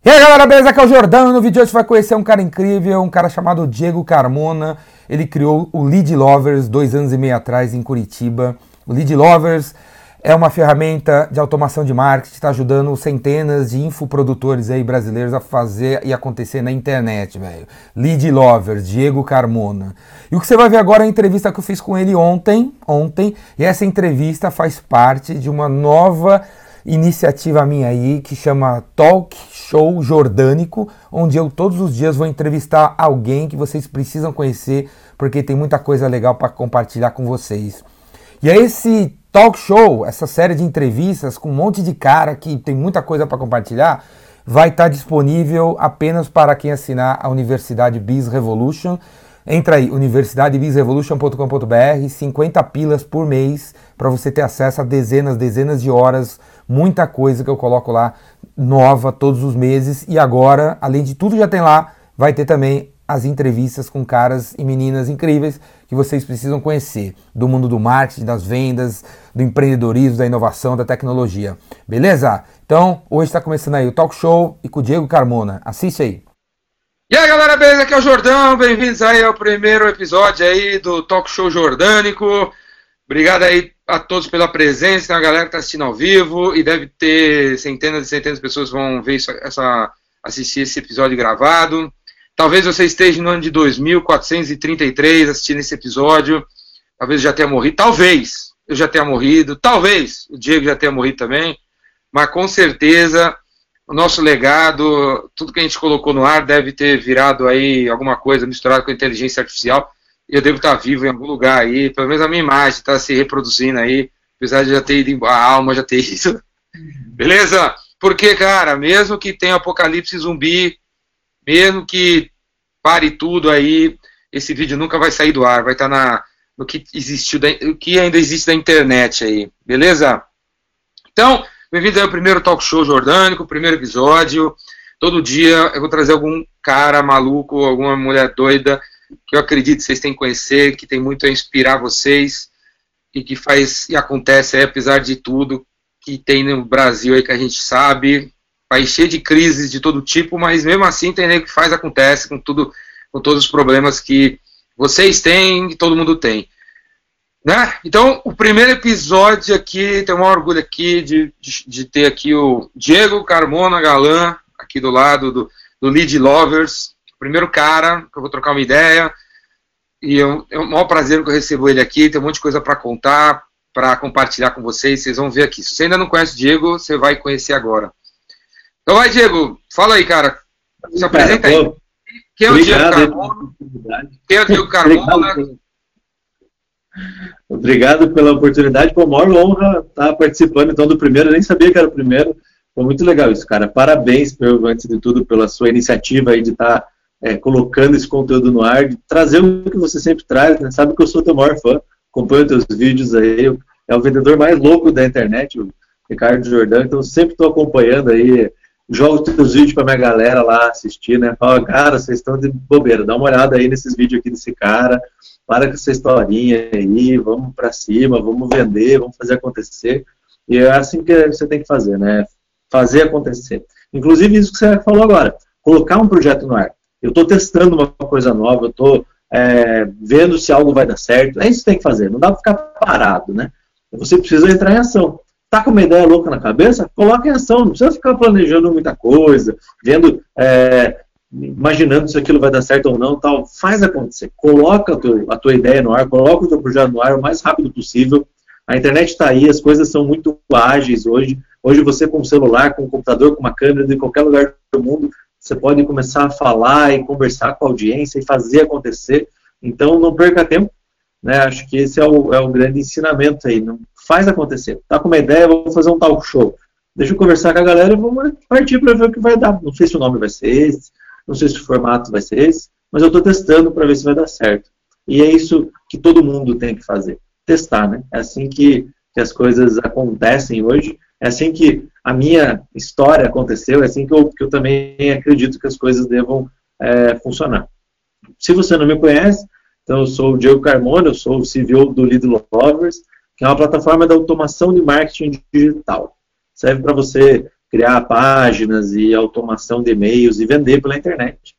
E aí galera, beleza? Aqui é o Jordão. No vídeo de hoje você vai conhecer um cara incrível, um cara chamado Diego Carmona. Ele criou o Lead Lovers 2 anos e meio atrás em Curitiba. O Lead Lovers é uma ferramenta de automação de marketing, está ajudando centenas de infoprodutores aí brasileiros a fazer e acontecer na internet, velho. Lead Lovers, Diego Carmona. E o que você vai ver agora é a entrevista que eu fiz com ele ontem, e essa entrevista faz parte de uma nova iniciativa minha aí que chama Talk Show Jordânico, onde eu todos os dias vou entrevistar alguém que vocês precisam conhecer, porque tem muita coisa legal para compartilhar com vocês. E é esse talk show, essa série de entrevistas com um monte de cara que tem muita coisa para compartilhar, vai estar disponível apenas para quem assinar a Universidade Biz Revolution. Entra aí, universidadebizrevolution.com.br, 50 pilas por mês para você ter acesso a dezenas de horas, muita coisa que eu coloco lá nova todos os meses. E agora, além de tudo que já tem lá, vai ter também as entrevistas com caras e meninas incríveis que vocês precisam conhecer, do mundo do marketing, das vendas, do empreendedorismo, da inovação, da tecnologia. Beleza? Então, hoje está começando aí o Talk Show e com o Diego Carmona. Assiste aí. E aí galera, beleza? Aqui é o Jordão, bem-vindos aí ao primeiro episódio aí do Talk Show Jordânico. Obrigado aí a todos pela presença, tem uma galera que está assistindo ao vivo e deve ter centenas e centenas de pessoas que vão ver assistir esse episódio gravado. Talvez você esteja no ano de 2433 assistindo esse episódio, talvez eu já tenha morrido, talvez eu já tenha morrido, talvez o Diego já tenha morrido também, mas com certeza o nosso legado, tudo que a gente colocou no ar deve ter virado aí alguma coisa misturada com inteligência artificial. Eu devo estar vivo em algum lugar aí, pelo menos a minha imagem está se reproduzindo aí, apesar de já ter ido, a alma já ter ido. Beleza? Porque, cara, mesmo que tenha apocalipse zumbi, mesmo que pare tudo aí, esse vídeo nunca vai sair do ar, vai estar no que existiu, o que ainda existe da internet aí. Beleza? Então, bem-vindos ao primeiro Talk Show Jordânico, primeiro episódio. Todo dia eu vou trazer algum cara maluco, alguma mulher doida, que eu acredito que vocês têm que conhecer, que tem muito a inspirar vocês, e que faz e acontece aí, apesar de tudo que tem no Brasil aí que a gente sabe, país cheio de crises de todo tipo, mas mesmo assim tem nego que faz, acontece com tudo, com todos os problemas que vocês têm e todo mundo tem. Né? Então, o primeiro episódio aqui, tenho um orgulho aqui de ter aqui o Diego Carmona Galã, aqui do lado do Lead Lovers, o primeiro cara que eu vou trocar uma ideia, e é o maior prazer que eu recebo ele aqui, tem um monte de coisa para contar, para compartilhar com vocês, vocês vão ver aqui. Se você ainda não conhece o Diego, você vai conhecer agora. Então vai, Diego, fala aí, cara, se apresenta aí. Quem é o Diego Carmona? Quem é o Diego Carmona? Obrigado pela oportunidade, foi uma maior honra estar participando então do primeiro, eu nem sabia que era o primeiro, foi muito legal isso, cara, parabéns, antes de tudo, pela sua iniciativa aí de estar colocando esse conteúdo no ar, de trazer o que você sempre traz, né? Sabe que eu sou teu maior fã, acompanho teus vídeos aí, é o vendedor mais louco da internet, o Ricardo Jordão, então sempre estou acompanhando aí, jogo teus vídeos para minha galera lá assistir, né, fala, cara, vocês estão de bobeira, dá uma olhada aí nesses vídeos aqui desse cara, para com essa historinha aí, vamos para cima, vamos vender, vamos fazer acontecer. E é assim que você tem que fazer, né? Fazer acontecer. Inclusive isso que você falou agora, colocar um projeto no ar. Eu estou testando uma coisa nova, eu estou vendo se algo vai dar certo. É isso que tem que fazer, não dá para ficar parado, né? Você precisa entrar em ação. Tá com uma ideia louca na cabeça? Coloca em ação, não precisa ficar planejando muita coisa, vendo... imaginando se aquilo vai dar certo ou não, tal, faz acontecer, coloca a tua ideia no ar, coloca o teu projeto no ar o mais rápido possível. A internet está aí, as coisas são muito ágeis hoje você com um celular, com um computador, com uma câmera, de qualquer lugar do mundo, você pode começar a falar e conversar com a audiência e fazer acontecer, então não perca tempo, né? Acho que esse é o grande ensinamento aí, não, faz acontecer, tá com uma ideia, vamos fazer um talk show, deixa eu conversar com a galera, vamos partir para ver o que vai dar, não sei se o nome vai ser esse, não sei se o formato vai ser esse, mas eu estou testando para ver se vai dar certo. E é isso que todo mundo tem que fazer, testar, né? É assim que as coisas acontecem hoje, é assim que a minha história aconteceu, é assim que eu também acredito que as coisas devam funcionar. Se você não me conhece, então eu sou o Diego Carmona, eu sou o CVO do Lead Lovers, que é uma plataforma de automação de marketing digital. Serve para você criar páginas e automação de e-mails e vender pela internet.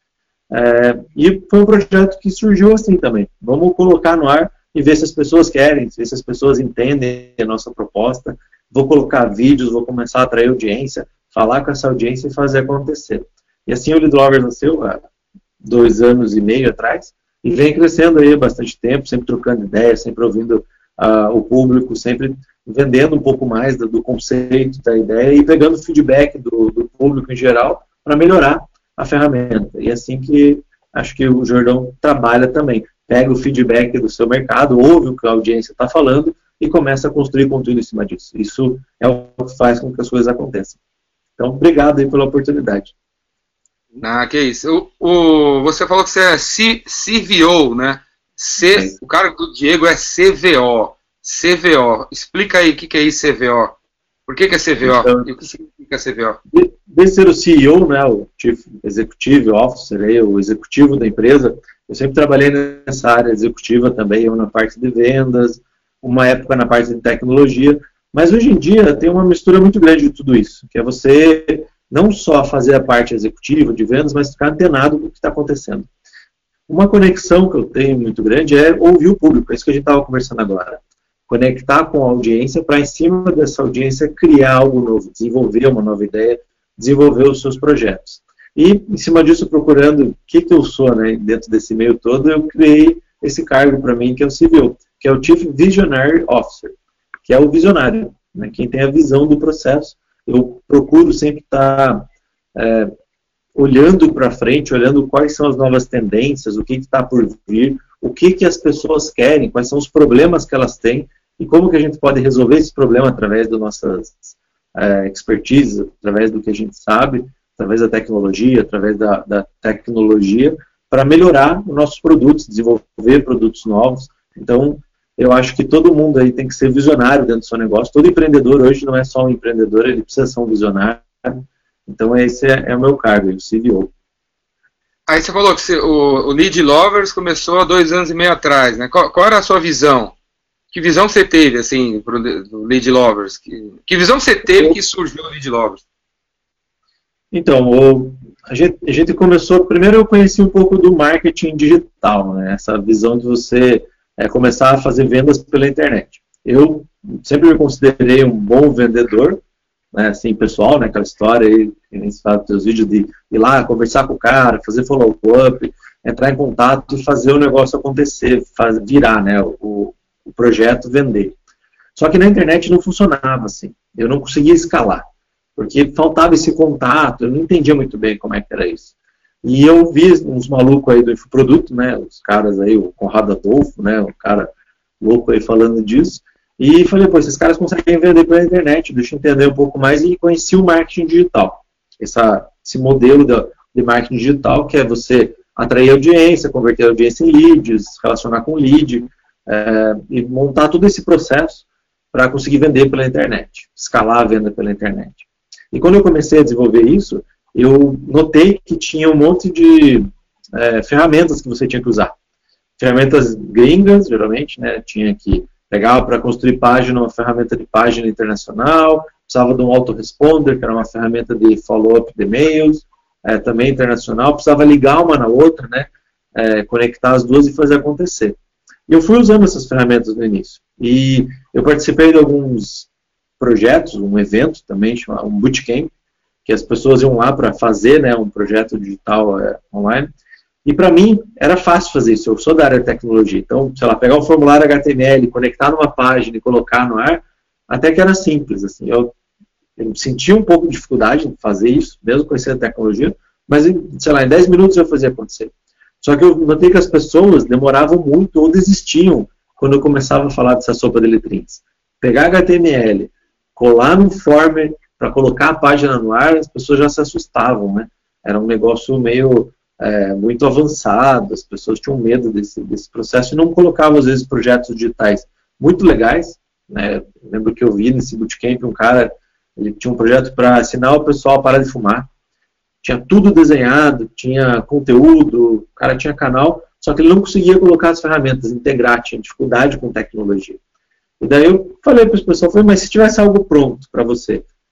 E foi um projeto que surgiu assim também. Vamos colocar no ar e ver se as pessoas querem, ver se as pessoas entendem a nossa proposta. Vou colocar vídeos, vou começar a atrair audiência, falar com essa audiência e fazer acontecer. E assim o Lead Lovers nasceu há 2 anos e meio atrás e vem crescendo aí há bastante tempo, sempre trocando ideias, sempre ouvindo o público, sempre vendendo um pouco mais do conceito, da ideia e pegando feedback do público em geral para melhorar a ferramenta. E assim que acho que o Jordão trabalha também. Pega o feedback do seu mercado, ouve o que a audiência está falando e começa a construir conteúdo em cima disso. Isso é o que faz com que as coisas aconteçam. Então, obrigado aí pela oportunidade. Que isso. Você falou que você é CVO, né? O cara do Diego é CVO. CVO. Explica aí o que é isso, CVO. Por que é CVO? Então, e o que significa CVO? De ser o CEO, né, o Chief Executive Officer, aí, o executivo da empresa, eu sempre trabalhei nessa área executiva também, eu na parte de vendas, uma época na parte de tecnologia, mas hoje em dia tem uma mistura muito grande de tudo isso, que é você não só fazer a parte executiva de vendas, mas ficar antenado com o que está acontecendo. Uma conexão que eu tenho muito grande é ouvir o público, é isso que a gente estava conversando agora. Conectar com a audiência para, em cima dessa audiência, criar algo novo, desenvolver uma nova ideia, desenvolver os seus projetos. E, em cima disso, procurando o que eu sou, né, dentro desse meio todo, eu criei esse cargo para mim, que é o CVO, que é o Chief Visionary Officer, que é o visionário, né, quem tem a visão do processo. Eu procuro sempre estar olhando para frente, olhando quais são as novas tendências, o que está por vir, o que as pessoas querem, quais são os problemas que elas têm, e como que a gente pode resolver esse problema através das nossas expertise, através do que a gente sabe, através da tecnologia, para melhorar os nossos produtos, desenvolver produtos novos. Então, eu acho que todo mundo aí tem que ser visionário dentro do seu negócio. Todo empreendedor hoje não é só um empreendedor, ele precisa ser um visionário. Então, esse é o meu cargo, o CVO. Aí você falou que o Lead Lovers começou há 2 anos e meio atrás, né? Qual era a sua visão? Que visão você teve, assim, do Lead Lovers? Que visão você teve que surgiu o Lead Lovers? Então, a gente começou... Primeiro eu conheci um pouco do marketing digital, né? Essa visão de você começar a fazer vendas pela internet. Eu sempre me considerei um bom vendedor, né, assim, pessoal, né, aquela história aí, que nem se fala nos vídeos de ir lá, conversar com o cara, fazer follow-up, entrar em contato e fazer o negócio acontecer, virar, né, o projeto, vender. Só que na internet não funcionava assim, eu não conseguia escalar, porque faltava esse contato, eu não entendia muito bem como é que era isso. E eu vi uns malucos aí do infoproduto, né, os caras aí, o Conrado Adolfo, né, o cara louco aí falando disso, e falei, pô, esses caras conseguem vender pela internet, deixa eu entender um pouco mais, e conheci o marketing digital. Esse modelo de marketing digital, que é você atrair audiência, converter a audiência em leads, relacionar com lead, e montar todo esse processo para conseguir vender pela internet, escalar a venda pela internet. E quando eu comecei a desenvolver isso, eu notei que tinha um monte de ferramentas que você tinha que usar. Ferramentas gringas, geralmente, né, tinha que pegar para construir página, uma ferramenta de página internacional, precisava de um autoresponder, que era uma ferramenta de follow-up de e-mails, também internacional, precisava ligar uma na outra, né, conectar as duas e fazer acontecer. E eu fui usando essas ferramentas no início. E eu participei de alguns projetos, um evento também, chamado um bootcamp, que as pessoas iam lá para fazer, né, um projeto digital online. E para mim era fácil fazer isso, eu sou da área de tecnologia, então, sei lá, pegar um formulário HTML, conectar numa página e colocar no ar, até que era simples, assim, eu senti um pouco de dificuldade em fazer isso, mesmo conhecendo a tecnologia, mas, sei lá, em 10 minutos eu fazia acontecer. Só que eu notei que as pessoas demoravam muito ou desistiam quando eu começava a falar dessa sopa de letrinhas. Pegar HTML, colar no form para colocar a página no ar, as pessoas já se assustavam, né? Era um negócio meio... muito avançado, as pessoas tinham medo desse processo e não colocavam, às vezes, projetos digitais muito legais, né? Lembro que eu vi nesse bootcamp um cara, ele tinha um projeto para ensinar o pessoal a parar de fumar, tinha tudo desenhado, tinha conteúdo, o cara tinha canal, só que ele não conseguia colocar as ferramentas, integrar, tinha dificuldade com tecnologia. E daí eu falei para as pessoas, mas se tivesse algo pronto para você,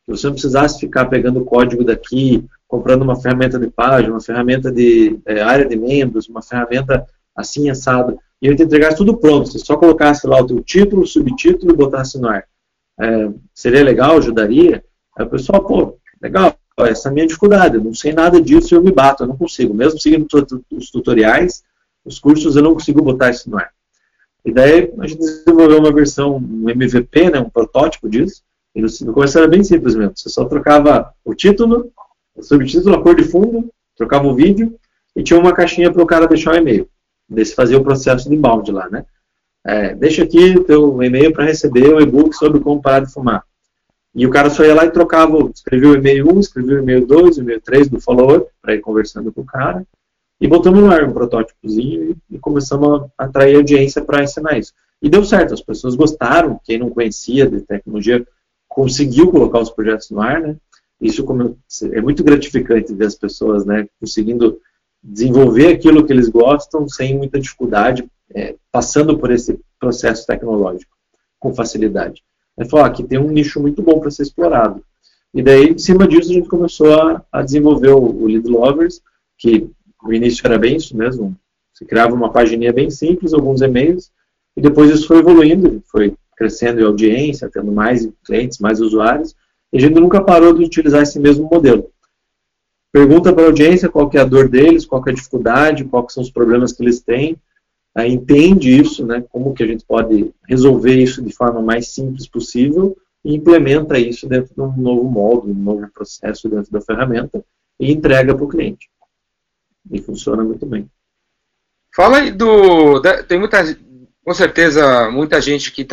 que você não precisasse ficar pegando o código daqui, comprando uma ferramenta de página, uma ferramenta de área de membros, uma ferramenta assim, assado, e ele te entregasse tudo pronto, você só colocasse lá o teu título, subtítulo e botasse no ar. Seria legal, ajudaria? Aí o pessoal, pô, legal, essa é a minha dificuldade, eu não sei nada disso e eu me bato, eu não consigo, mesmo seguindo os tutoriais, os cursos, eu não consigo botar isso no ar. E daí a gente desenvolveu uma versão, um MVP, né, um protótipo disso, e no começo era bem simples mesmo, você só trocava o título, o subtítulo, a cor de fundo, trocava o vídeo e tinha uma caixinha para o cara deixar o e-mail. Daí você fazia o processo de inbound lá, né? Deixa aqui o teu e-mail para receber o e-book sobre como parar de fumar. E o cara só ia lá e trocava, escrevia o e-mail 1, escrevia o e-mail 2, o e-mail 3 do follow-up, para ir conversando com o cara, e botamos no ar um protótipozinho e começamos a atrair audiência para ensinar isso. E deu certo, as pessoas gostaram, quem não conhecia de tecnologia conseguiu colocar os projetos no ar, né? Isso é muito gratificante ver as pessoas, né, conseguindo desenvolver aquilo que eles gostam sem muita dificuldade, passando por esse processo tecnológico com facilidade. Aí falou, aqui tem um nicho muito bom para ser explorado. E daí, em cima disso, a gente começou a desenvolver o Lead Lovers, que no início era bem isso mesmo, você criava uma pagininha bem simples, alguns e-mails, e depois isso foi evoluindo, foi crescendo em audiência, tendo mais clientes, mais usuários, e a gente nunca parou de utilizar esse mesmo modelo. Pergunta para a audiência qual que é a dor deles, qual que é a dificuldade, quais são os problemas que eles têm, entende isso, né, como que a gente pode resolver isso de forma mais simples possível e implementa isso dentro de um novo módulo, um novo processo dentro da ferramenta e entrega para o cliente. E funciona muito bem. Fala aí tem com certeza, muita gente que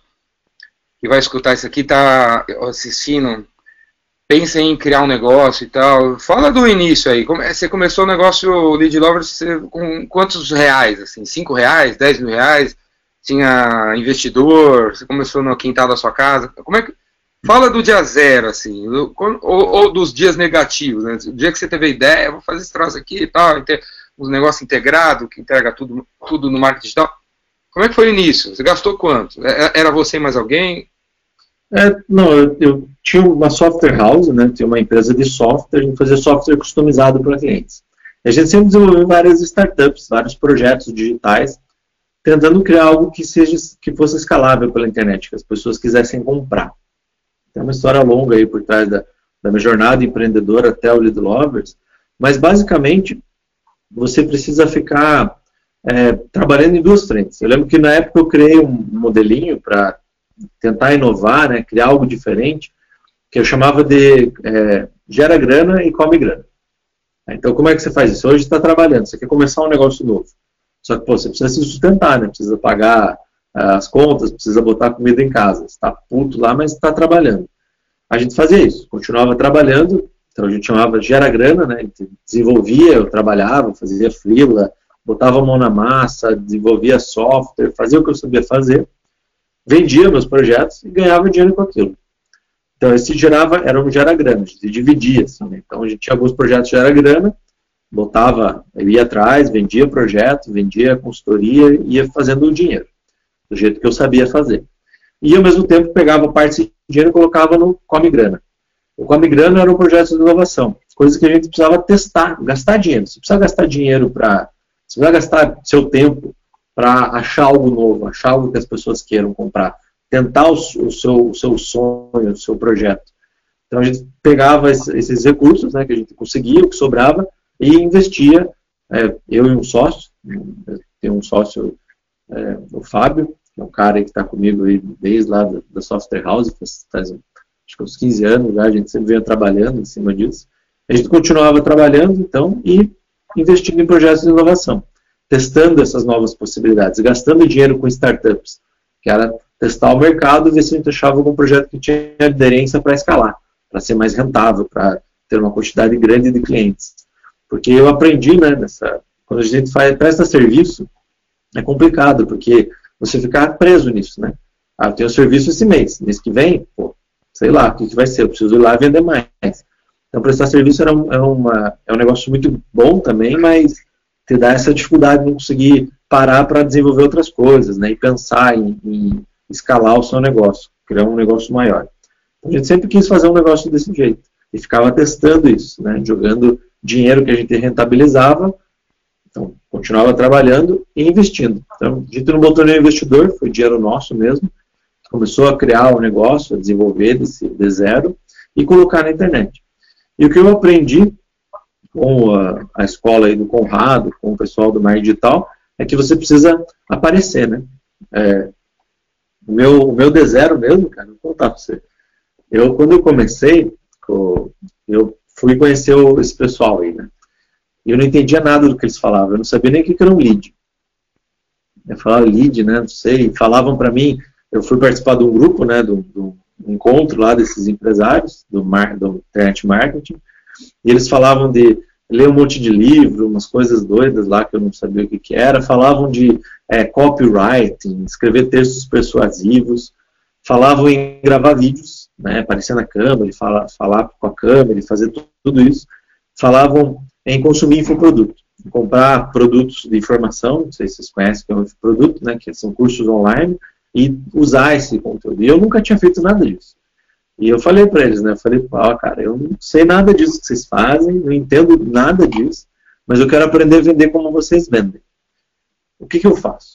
vai escutar isso aqui, está assistindo, pensa em criar um negócio e tal. Fala do início aí. Você começou o negócio Lead Lovers com quantos reais? Assim, 5 reais, 10 mil reais? Tinha investidor? Você começou no quintal da sua casa? Fala do dia zero, assim, ou dos dias negativos, né? O dia que você teve a ideia, vou fazer esse troço aqui e tal, um negócio integrado, que entrega tudo no marketing digital. Como é que foi o início? Você gastou quanto? Era você e mais alguém? Não, eu tinha uma software house, né? Tinha uma empresa de software, a gente fazia software customizado para clientes. E a gente sempre desenvolveu várias startups, vários projetos digitais, tentando criar algo que fosse escalável pela internet, que as pessoas quisessem comprar. Tem uma história longa aí por trás da minha jornada empreendedora até o Lead Lovers, mas basicamente você precisa ficar trabalhando em duas frentes. Eu lembro que na época eu criei um modelinho para tentar inovar, né, criar algo diferente, que eu chamava de gera grana e come grana. Então como é que você faz isso? Hoje você está trabalhando, você quer começar um negócio novo, só que você precisa se sustentar, né, precisa pagar as contas, precisa botar comida em casa, você está puto lá, mas está trabalhando. A gente fazia isso, continuava trabalhando, então a gente chamava gera grana, né, a gente desenvolvia, eu trabalhava, fazia freela, botava a mão na massa, desenvolvia software, fazia o que eu sabia fazer, vendia meus projetos e ganhava dinheiro com aquilo. Então esse era um gera grana, a gente dividia, assim, né? Então a gente tinha alguns projetos gera grana, eu ia atrás, vendia projeto, vendia consultoria, ia fazendo o dinheiro, do jeito que eu sabia fazer. E ao mesmo tempo pegava parte desse dinheiro e colocava no Come Grana. O Come Grana era um projeto de inovação, coisas que a gente precisava testar, gastar dinheiro. Você precisa gastar dinheiro você vai gastar seu tempo para achar algo novo, achar algo que as pessoas queiram comprar, tentar o seu sonho, o seu projeto. Então a gente pegava esses recursos, né, que a gente conseguia, o que sobrava, e investia, eu e um sócio, tem um sócio, o Fábio, que é um cara que está comigo aí desde lá da Software House, faz acho que uns 15 anos já, a gente sempre veio trabalhando em cima disso. A gente continuava trabalhando, então, e investindo em projetos de inovação, testando essas novas possibilidades, gastando dinheiro com startups, que era testar o mercado e ver se a gente achava algum projeto que tinha aderência para escalar, para ser mais rentável, para ter uma quantidade grande de clientes. Porque eu aprendi, né, quando a gente presta serviço, é complicado, porque você fica preso nisso, né? Eu tenho serviço esse mês que vem, sei lá, o que vai ser? Eu preciso ir lá vender mais. Então, prestar serviço é um negócio muito bom também, mas te dá essa dificuldade de não conseguir parar para desenvolver outras coisas, né? E pensar em escalar o seu negócio, criar um negócio maior. A gente sempre quis fazer um negócio desse jeito. E ficava testando isso, né? Jogando dinheiro que a gente rentabilizava, então continuava trabalhando e investindo. Então a gente não botou nenhum investidor, foi dinheiro nosso mesmo. Começou a criar o negócio, a desenvolver de zero e colocar na internet. E o que eu aprendi com a escola aí do Conrado, com o pessoal do marketing digital, é que você precisa aparecer, né? O meu D0 mesmo, cara, vou contar para você. Quando eu comecei, eu fui conhecer esse pessoal aí, né? E eu não entendia nada do que eles falavam, eu não sabia nem o que era um lead. Eu falava lead, né? Não sei, falavam para mim, eu fui participar de um grupo, né? Do encontro lá desses empresários, do internet marketing, e eles falavam de ler um monte de livro, umas coisas doidas lá que eu não sabia o que era, falavam de copywriting, escrever textos persuasivos, falavam em gravar vídeos, né, aparecer na câmera, falar com a câmera, fazer tudo isso, falavam em consumir infoproduto, em comprar produtos de informação, não sei se vocês conhecem o que é um infoproduto, né, que são cursos online, e usar esse conteúdo. E eu nunca tinha feito nada disso. E eu falei para eles, né? Eu falei, cara, eu não sei nada disso que vocês fazem, não entendo nada disso, mas eu quero aprender a vender como vocês vendem. O que eu faço?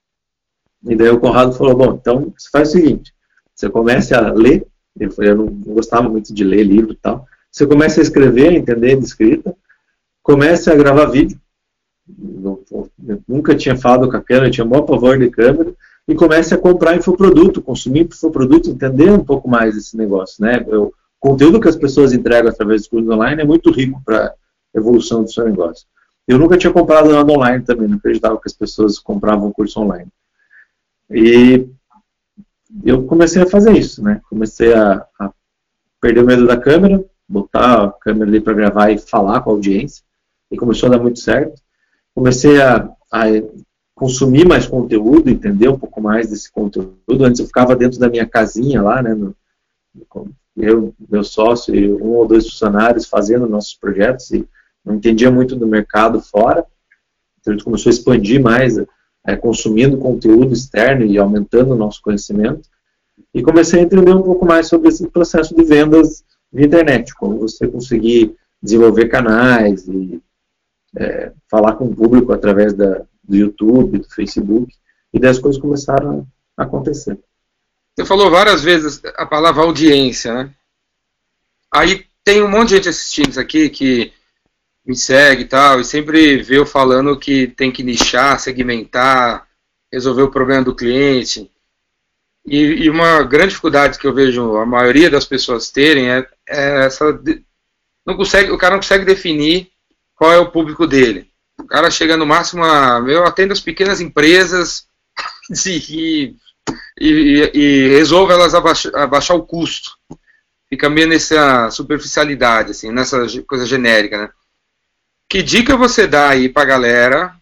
E daí o Conrado falou, bom, então você faz o seguinte, você começa a ler, eu não gostava muito de ler livro e tal, você começa a escrever, a entender de escrita, começa a gravar vídeo, eu nunca tinha falado com a câmera, eu tinha o maior pavor de câmera, e comece a comprar infoproduto, consumir infoproduto, entender um pouco mais desse negócio, né? O conteúdo que as pessoas entregam através dos cursos online é muito rico para a evolução do seu negócio. Eu nunca tinha comprado nada online também, não acreditava que as pessoas compravam curso online. E eu comecei a fazer isso, né? Comecei a perder o medo da câmera, botar a câmera ali para gravar e falar com a audiência, e começou a dar muito certo. Comecei a consumir mais conteúdo, entender um pouco mais desse conteúdo. Antes eu ficava dentro da minha casinha lá, né, eu, meu sócio e 1 ou 2 funcionários fazendo nossos projetos e não entendia muito do mercado fora. Então a gente começou a expandir mais, consumindo conteúdo externo e aumentando o nosso conhecimento. E comecei a entender um pouco mais sobre esse processo de vendas via internet, como você conseguir desenvolver canais e falar com o público através do YouTube, do Facebook, e daí as coisas começaram a acontecer. Você falou várias vezes a palavra audiência, né? Aí tem um monte de gente assistindo isso aqui que me segue e tal, e sempre vê eu falando que tem que nichar, segmentar, resolver o problema do cliente. E uma grande dificuldade que eu vejo a maioria das pessoas terem é essa... o cara não consegue definir qual é o público dele. O cara chega no máximo eu atendo as pequenas empresas e resolve elas abaixar o custo. Fica meio nessa superficialidade, assim, nessa coisa genérica, né? Que dica você dá aí pra galera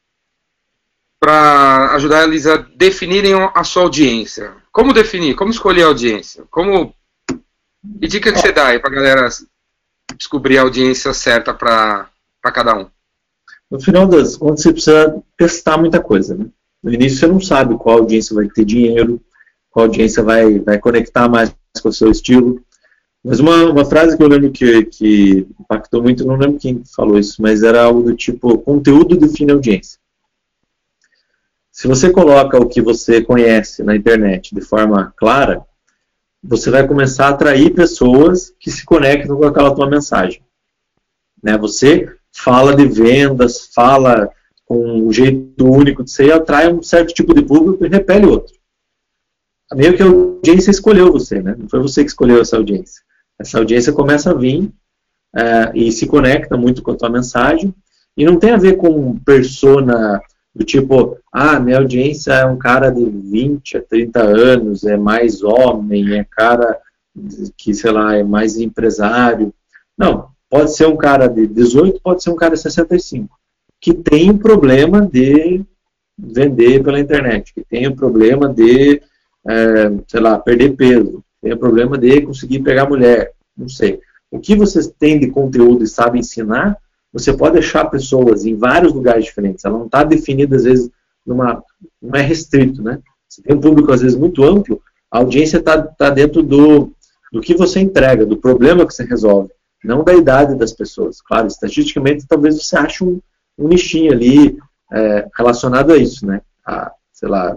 para ajudar eles a definirem a sua audiência? Como definir? Como escolher a audiência? Que dica que você dá aí pra galera descobrir a audiência certa para cada um? No final das contas, você precisa testar muita coisa, né? No início você não sabe qual audiência vai ter dinheiro, qual audiência vai conectar mais com o seu estilo. Mas uma frase que eu lembro que impactou muito, não lembro quem falou isso, mas era algo do tipo, conteúdo define audiência. Se você coloca o que você conhece na internet de forma clara, você vai começar a atrair pessoas que se conectam com aquela tua mensagem. Né? Você fala de vendas, fala com um jeito único de ser, atrai um certo tipo de público e repele outro. Meio que a audiência escolheu você, né? Não foi você que escolheu essa audiência. Essa audiência começa a vir e se conecta muito com a tua mensagem e não tem a ver com persona do tipo, minha audiência é um cara de 20 a 30 anos, é mais homem, é cara que, sei lá, é mais empresário. Não. Pode ser um cara de 18, pode ser um cara de 65, que tem um problema de vender pela internet, que tem um problema de, sei lá, perder peso, tem um problema de conseguir pegar mulher, não sei. O que vocês têm de conteúdo e sabem ensinar, você pode achar pessoas em vários lugares diferentes. Ela não está definida, às vezes, não é restrito, né? Você tem um público, às vezes, muito amplo, a audiência está dentro do que você entrega, do problema que você resolve, não da idade das pessoas. Claro, estatisticamente, talvez você ache um nichinho ali relacionado a isso, né? Sei lá,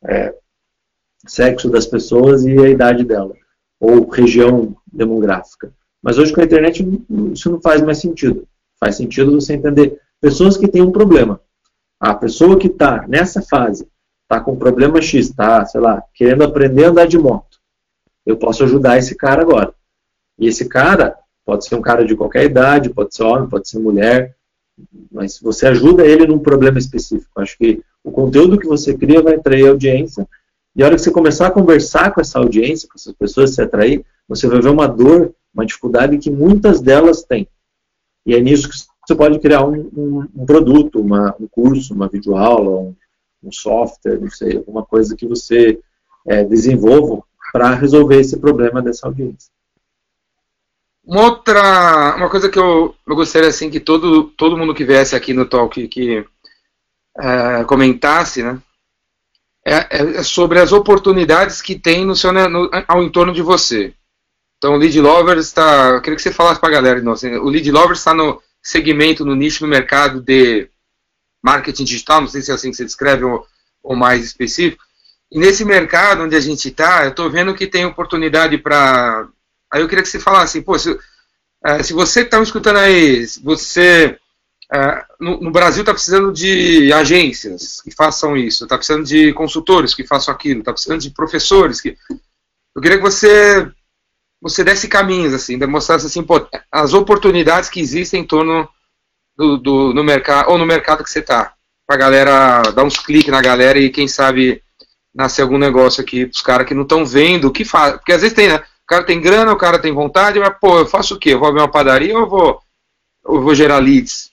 sexo das pessoas e a idade dela, ou região demográfica. Mas hoje com a internet isso não faz mais sentido. Faz sentido você entender pessoas que têm um problema. A pessoa que está nessa fase, está com problema X, está, sei lá, querendo aprender a andar de moto. Eu posso ajudar esse cara agora. E esse cara pode ser um cara de qualquer idade, pode ser homem, pode ser mulher, mas você ajuda ele num problema específico. Acho que o conteúdo que você cria vai atrair audiência, e a hora que você começar a conversar com essa audiência, com essas pessoas, se atrair, você vai ver uma dor, uma dificuldade que muitas delas têm. E é nisso que você pode criar um produto, um curso, uma videoaula, um software, não sei, alguma coisa que você desenvolva para resolver esse problema dessa audiência. Uma coisa que eu gostaria assim que todo mundo que viesse aqui no Talk que comentasse, né, é sobre as oportunidades que tem ao entorno de você. Então o Lead Lovers eu queria que você falasse para a galera, o Lead Lovers está no segmento, no nicho, no mercado de marketing digital, não sei se é assim que você descreve ou mais específico. E nesse mercado onde a gente está, eu estou vendo que tem oportunidade para... Aí eu queria que você falasse, pô, se você está me escutando aí, você no Brasil está precisando de agências que façam isso, está precisando de consultores que façam aquilo, está precisando de professores que... Eu queria que você desse caminhos, assim, demonstrasse assim, pô, as oportunidades que existem em torno no mercado, ou no mercado que você está, para a galera dar uns cliques na galera e quem sabe nascer algum negócio aqui para os caras que não estão vendo o que faz, porque às vezes tem, né? O cara tem grana, o cara tem vontade, mas pô, eu faço o quê? Eu vou abrir uma padaria ou eu vou gerar leads?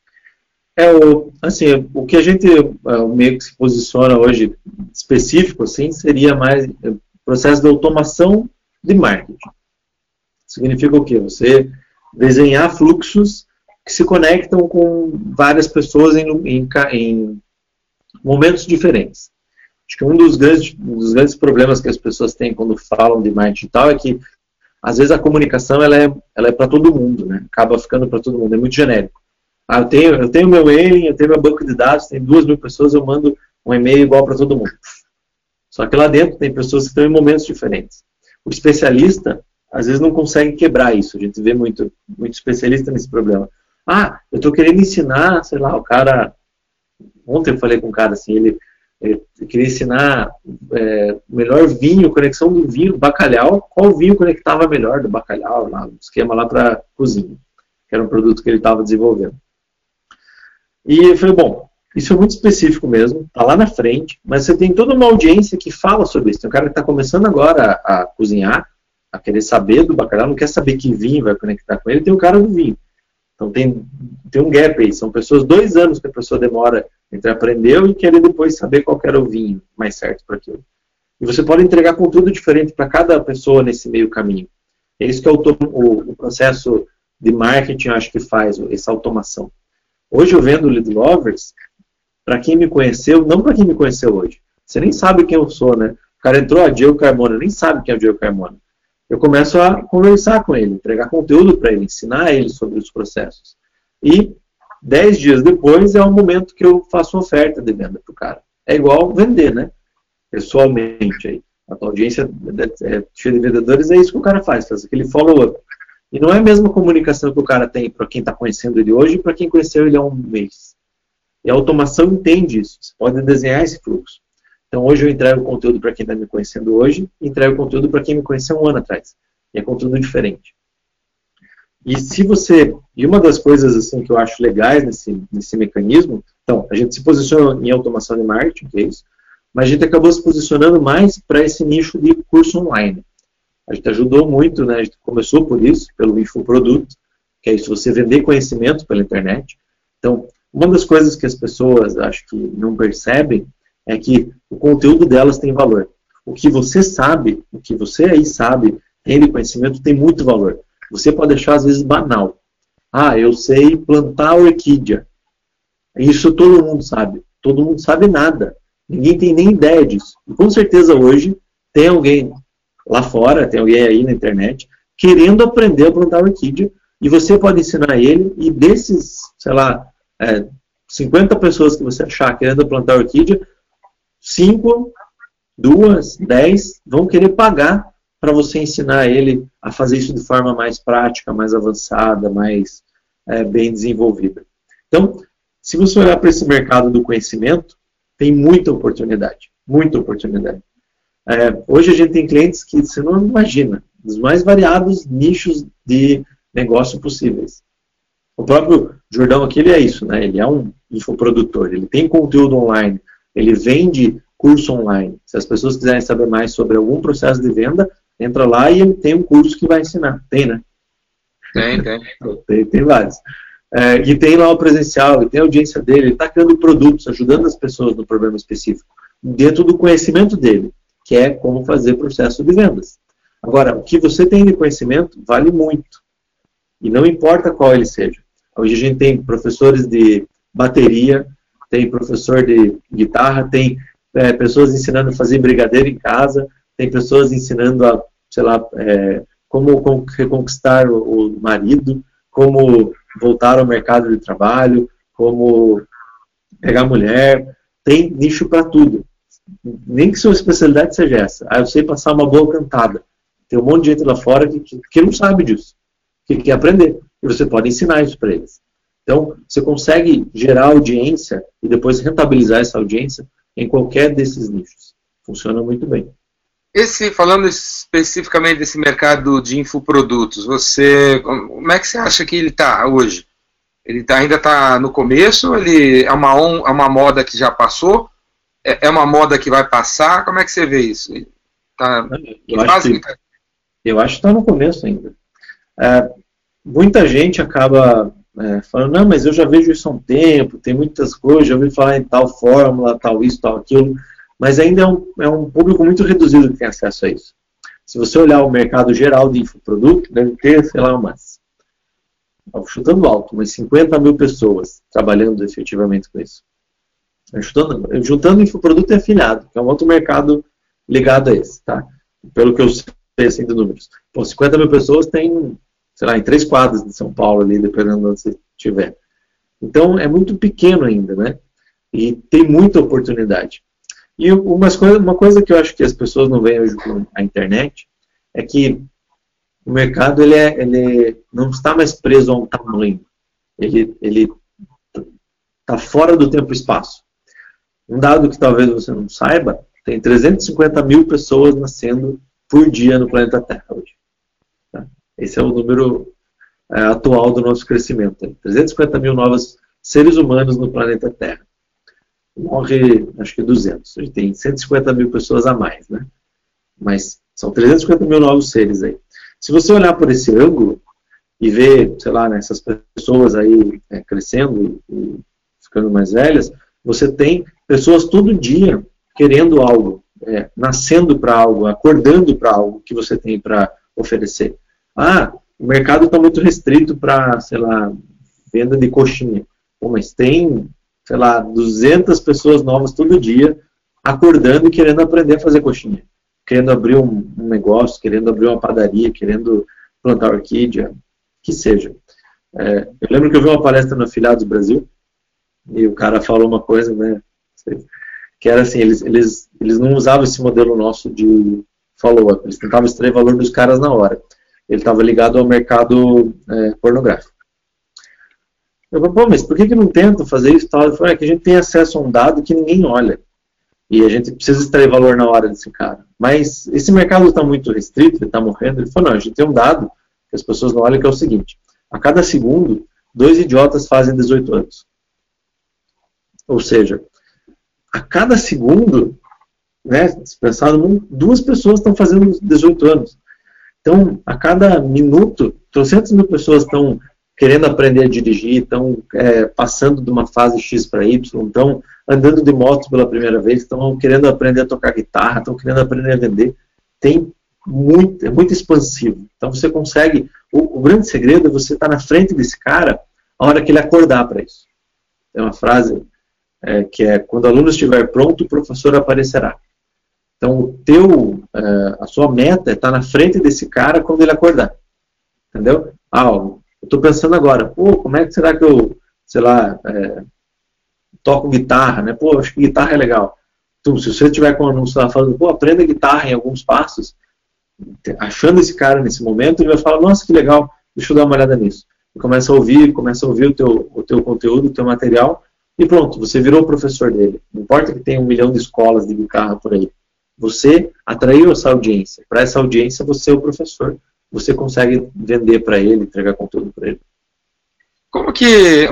Assim, o que a gente meio que se posiciona hoje específico, assim, seria mais o processo de automação de marketing. Significa o quê? Você desenhar fluxos que se conectam com várias pessoas em momentos diferentes. Acho que um dos grandes problemas que as pessoas têm quando falam de marketing digital é que, às vezes, a comunicação ela é para todo mundo, né? Acaba ficando para todo mundo, é muito genérico. Eu tenho meu e-mail, eu tenho meu banco de dados, tem 2.000 pessoas, eu mando um e-mail igual para todo mundo. Só que lá dentro tem pessoas que estão em momentos diferentes. O especialista, às vezes, não consegue quebrar isso. A gente vê muito especialista nesse problema. Eu estou querendo ensinar, sei lá, o cara... Ontem eu falei com um cara assim, ele queria ensinar o melhor vinho, conexão do vinho, bacalhau, qual vinho conectava melhor do bacalhau, lá, um esquema lá para cozinha, que era um produto que ele estava desenvolvendo. E eu falei, bom, isso é muito específico mesmo, está lá na frente, mas você tem toda uma audiência que fala sobre isso. Tem um cara que está começando agora a cozinhar, a querer saber do bacalhau, não quer saber que vinho vai conectar com ele, tem o cara do vinho. Então tem um gap aí, são pessoas, 2 anos que a pessoa demora entre aprender e querer depois saber qual era o vinho mais certo para aquilo. E você pode entregar conteúdo diferente para cada pessoa nesse meio caminho. É isso que é o processo de marketing, eu acho que faz essa automação. Hoje eu vendo o Lead Lovers, para quem me conheceu, não para quem me conheceu hoje. Você nem sabe quem eu sou, né? O cara entrou, Diego Carmona, nem sabe quem é o Diego Carmona. Eu começo a conversar com ele, entregar conteúdo para ele, ensinar ele sobre os processos. E 10 dias depois é o momento que eu faço uma oferta de venda para o cara. É igual vender, né? Pessoalmente. Aí. A tua audiência cheia de vendedores, é isso que o cara faz aquele follow-up. E não é a mesma comunicação que o cara tem para quem está conhecendo ele hoje e para quem conheceu ele há um mês. E a automação entende isso. Você pode desenhar esse fluxo. Então hoje eu entrego conteúdo para quem está me conhecendo hoje e entrego conteúdo para quem me conheceu um ano atrás. E é conteúdo diferente. E uma das coisas assim, que eu acho legais nesse mecanismo, então, a gente se posiciona em automação de marketing, que é isso, mas a gente acabou se posicionando mais para esse nicho de curso online. A gente ajudou muito, né? A gente começou por isso, pelo infoproduto, que é isso, você vender conhecimento pela internet. Então, uma das coisas que as pessoas acho que não percebem é que o conteúdo delas tem valor. O que você sabe, o que você aí sabe, tem de conhecimento, tem muito valor. Você pode achar, às vezes, banal. Eu sei plantar orquídea. Isso todo mundo sabe. Todo mundo sabe nada. Ninguém tem nem ideia disso. E com certeza hoje tem alguém lá fora, tem alguém aí na internet, querendo aprender a plantar orquídea, e você pode ensinar ele, e desses, sei lá, 50 pessoas que você achar querendo plantar orquídea, 5, 2, 10 vão querer pagar para você ensinar ele a fazer isso de forma mais prática, mais avançada, mais bem desenvolvida. Então, se você olhar para esse mercado do conhecimento, tem muita oportunidade, muita oportunidade. Hoje a gente tem clientes que você não imagina, dos mais variados nichos de negócio possíveis. O próprio Jordão aqui, ele é isso, né? Ele é um infoprodutor, ele tem conteúdo online, ele vende curso online. Se as pessoas quiserem saber mais sobre algum processo de venda, entra lá e ele tem um curso que vai ensinar. Tem, né? Tem vários. E tem lá o presencial, e tem a audiência dele, ele está criando produtos, ajudando as pessoas no problema específico, dentro do conhecimento dele, que é como fazer processo de vendas. Agora, o que você tem de conhecimento vale muito. E não importa qual ele seja. Hoje a gente tem professores de bateria, tem professor de guitarra, tem pessoas ensinando a fazer brigadeiro em casa, tem pessoas ensinando a, sei lá, como reconquistar o marido, como voltar ao mercado de trabalho, como pegar mulher. Tem nicho para tudo. Nem que sua especialidade seja essa. Eu sei passar uma boa cantada. Tem um monte de gente lá fora que não sabe disso, que quer aprender. E você pode ensinar isso para eles. Então, você consegue gerar audiência e depois rentabilizar essa audiência em qualquer desses nichos. Funciona muito bem. Falando especificamente desse mercado de infoprodutos, como é que você acha que ele está hoje? Ele ainda está no começo? Ele é uma moda que já passou? É uma moda que vai passar? Como é que você vê isso? Eu acho que está no começo ainda. Muita gente acaba falando, não, mas eu já vejo isso há um tempo, tem muitas coisas, já ouvi falar em tal fórmula, tal isso, tal aquilo, mas ainda é um público muito reduzido que tem acesso a isso. Se você olhar o mercado geral de infoproduto, deve ter, sei lá, chutando alto, umas 50 mil pessoas trabalhando efetivamente com isso. Juntando infoproduto e afiliado, que é um outro mercado ligado a esse, tá? Pelo que eu sei assim, de números. Bom, 50 mil pessoas tem, sei lá, em 3 quadras de São Paulo ali, dependendo de onde você estiver. Então, é muito pequeno ainda, né? E tem muita oportunidade. E uma coisa que eu acho que as pessoas não veem hoje com a internet é que o mercado ele não está mais preso a um tamanho. Ele está fora do tempo e espaço. Um dado que talvez você não saiba, tem 350 mil pessoas nascendo por dia no planeta Terra hoje. Tá? Esse é o número atual do nosso crescimento. 350 mil novos seres humanos no planeta Terra. Morre, acho que 200. A gente tem 150 mil pessoas a mais, né? Mas são 350 mil novos seres aí. Se você olhar por esse ângulo e ver, sei lá, essas pessoas aí crescendo e ficando mais velhas, você tem pessoas todo dia querendo algo, nascendo para algo, acordando para algo que você tem para oferecer. O mercado está muito restrito para, sei lá, venda de coxinha. Pô, mas tem, sei lá, 200 pessoas novas todo dia acordando e querendo aprender a fazer coxinha. Querendo abrir um negócio, querendo abrir uma padaria, querendo plantar orquídea, que seja. Eu lembro que eu vi uma palestra no Afiliados Brasil e o cara falou uma coisa, né, que era assim, eles não usavam esse modelo nosso de follow-up, eles tentavam extrair valor dos caras na hora. Ele estava ligado ao mercado pornográfico. Eu falei, pô, mas por que não tentam fazer isso? Ele falou, que a gente tem acesso a um dado que ninguém olha. E a gente precisa extrair valor na hora desse cara. Mas esse mercado está muito restrito, ele está morrendo. Ele falou, não, a gente tem um dado que as pessoas não olham, que é o seguinte. A cada segundo, 2 idiotas fazem 18 anos. Ou seja, a cada segundo, né, se pensar no mundo, 2 pessoas estão fazendo 18 anos. Então, a cada minuto, 300 mil pessoas estão querendo aprender a dirigir, estão passando de uma fase X para Y, estão andando de moto pela primeira vez, estão querendo aprender a tocar guitarra, estão querendo aprender a vender. É muito expansivo. Então você consegue, o grande segredo é você estar na frente desse cara a hora que ele acordar para isso. Tem uma frase que é, quando o aluno estiver pronto, o professor aparecerá. Então, a sua meta é estar na frente desse cara quando ele acordar. Entendeu? Eu estou pensando agora, como é que será que eu, sei lá, toco guitarra, né? Acho que guitarra é legal. Então, se você tiver com um anúncio lá falando, aprenda guitarra em alguns passos, achando esse cara nesse momento, ele vai falar, nossa, que legal, deixa eu dar uma olhada nisso. E começa a ouvir o teu conteúdo, o teu material, e pronto, você virou o professor dele. Não importa que tenha 1 milhão de escolas de guitarra por aí. Você atraiu essa audiência. Para essa audiência, você é o professor. Você consegue vender para ele, entregar conteúdo para ele. Como que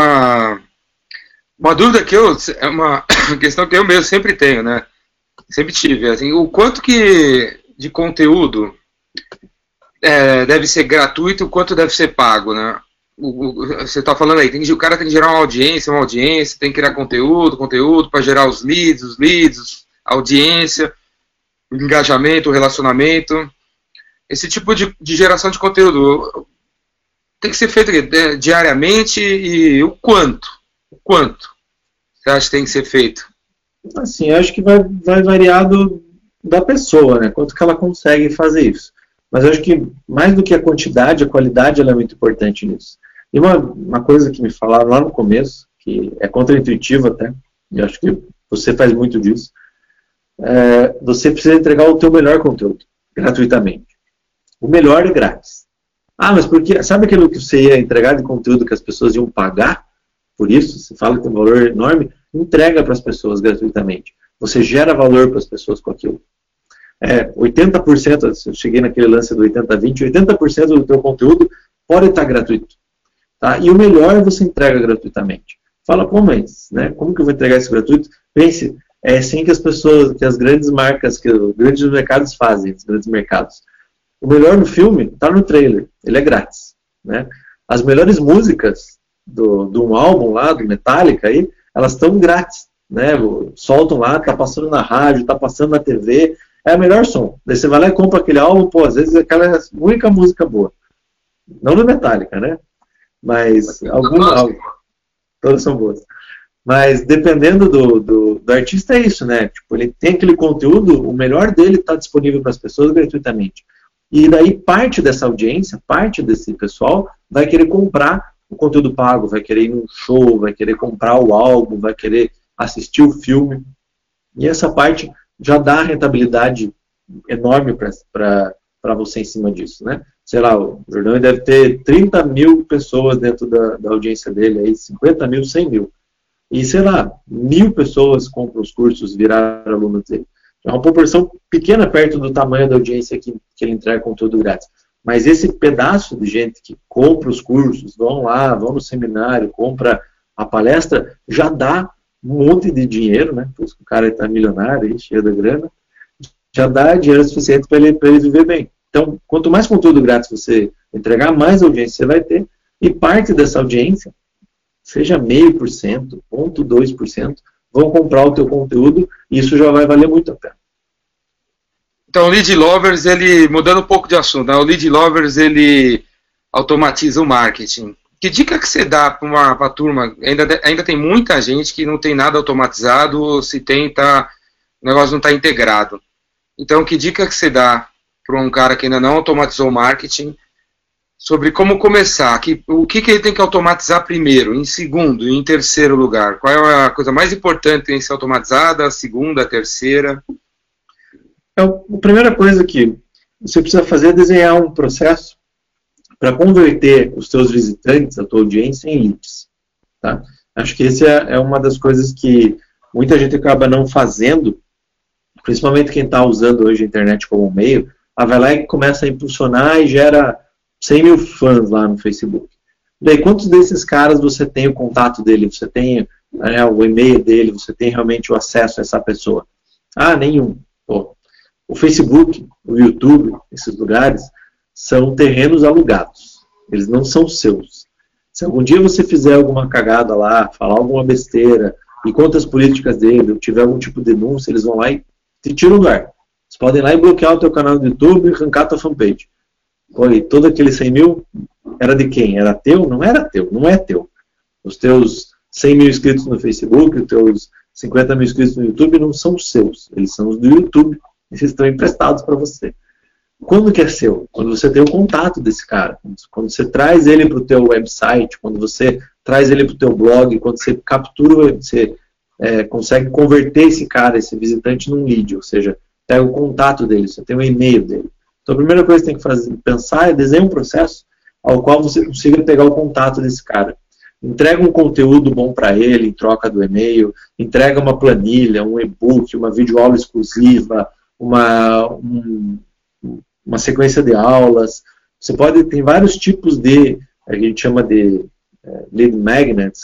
uma dúvida que é uma questão que eu mesmo sempre tenho, né? Sempre tive, assim, o quanto que de conteúdo deve ser gratuito e o quanto deve ser pago, né? Você está falando aí, o cara tem que gerar uma audiência, tem que criar conteúdo para gerar os leads, a audiência, o engajamento, o relacionamento. Esse tipo de geração de conteúdo tem que ser feito diariamente, e o quanto? O quanto você acha que tem que ser feito? Assim, eu acho que vai variar da pessoa, né? Quanto que ela consegue fazer isso. Mas eu acho que mais do que a quantidade, a qualidade ela é muito importante nisso. E uma coisa que me falaram lá no começo, que é contraintuitiva até, e acho que você faz muito disso, você precisa entregar o teu melhor conteúdo, gratuitamente. O melhor é grátis. Mas porque, sabe aquilo que você ia entregar de conteúdo que as pessoas iam pagar por isso? Você fala que tem um valor enorme, entrega para as pessoas gratuitamente. Você gera valor para as pessoas com aquilo. 80%, eu cheguei naquele lance do 80-20, 80% do teu conteúdo pode estar gratuito. Tá? E o melhor você entrega gratuitamente. Fala, mas, né, como que eu vou entregar isso gratuito? Pense, é assim que as grandes marcas, que os grandes mercados fazem, os grandes mercados. O melhor no filme está no trailer, ele é grátis. Né? As melhores músicas de um álbum lá, do Metallica, aí, elas estão grátis. Né? Soltam lá, está passando na rádio, está passando na TV, é o melhor som. Daí você vai lá e compra aquele álbum, às vezes aquela é a única música boa. Não do Metallica, né? Mas todas são boas. Mas dependendo do artista é isso, né? Tipo, ele tem aquele conteúdo, o melhor dele está disponível para as pessoas gratuitamente. E daí parte dessa audiência, parte desse pessoal vai querer comprar o conteúdo pago, vai querer ir num show, vai querer comprar o álbum, vai querer assistir o filme. E essa parte já dá rentabilidade enorme para você em cima disso, né? Sei lá, o Jordão deve ter 30 mil pessoas dentro da audiência dele, aí 50 mil, 100 mil. E, sei lá, 1.000 pessoas compram os cursos, viraram alunos dele. É uma proporção pequena perto do tamanho da audiência que ele entrega conteúdo grátis. Mas esse pedaço de gente que compra os cursos, vão lá, vão no seminário, compra a palestra, já dá um monte de dinheiro, né? Por isso que o cara está milionário, cheio da grana, já dá dinheiro suficiente para ele viver bem. Então, quanto mais conteúdo grátis você entregar, mais audiência você vai ter, e parte dessa audiência, seja 0,5%, 0,2%, vão comprar o teu conteúdo, e isso já vai valer muito a pena. Então, o Lead Lovers, mudando um pouco de assunto, né? O Lead Lovers, ele automatiza o marketing. Que dica que você dá para a turma? Ainda tem muita gente que não tem nada automatizado, se tem, o negócio não está integrado. Então, que dica que você dá para um cara que ainda não automatizou o marketing sobre como começar? O que ele tem que automatizar primeiro, em segundo e em terceiro lugar? Qual é a coisa mais importante que tem que ser automatizada, a segunda, a terceira? A primeira coisa que você precisa fazer é desenhar um processo para converter os teus visitantes, a tua audiência, em leads. Tá? Acho que essa é uma das coisas que muita gente acaba não fazendo, principalmente quem está usando hoje a internet como meio, vai lá e começa a impulsionar e gera 100 mil fãs lá no Facebook. Daí, quantos desses caras você tem o contato dele, você tem o e-mail dele, você tem realmente o acesso a essa pessoa? Nenhum. O Facebook, o YouTube, esses lugares, são terrenos alugados. Eles não são seus. Se algum dia você fizer alguma cagada lá, falar alguma besteira, e contra as políticas dele, ou tiver algum tipo de denúncia, eles vão lá e te tiram do ar. Eles podem ir lá e bloquear o teu canal do YouTube e arrancar a tua fanpage. E todo aquele 100 mil era de quem? Era teu? Não era teu, não é teu. Os teus 100 mil inscritos no Facebook, os teus 50 mil inscritos no YouTube não são seus, eles são os do YouTube, eles estão emprestados para você. Quando que é seu? Quando você tem o contato desse cara, quando você traz ele para o teu website, quando você traz ele para o teu blog, quando você captura, você consegue converter esse cara, esse visitante, num lead, ou seja, pega o contato dele, você tem o e-mail dele. Então a primeira coisa que você tem que pensar é desenhar um processo ao qual você consiga pegar o contato desse cara. Entrega um conteúdo bom para ele em troca do e-mail, entrega uma planilha, um e-book, uma videoaula exclusiva, uma sequência de aulas. Você pode, tem vários tipos de, a gente chama de lead magnets,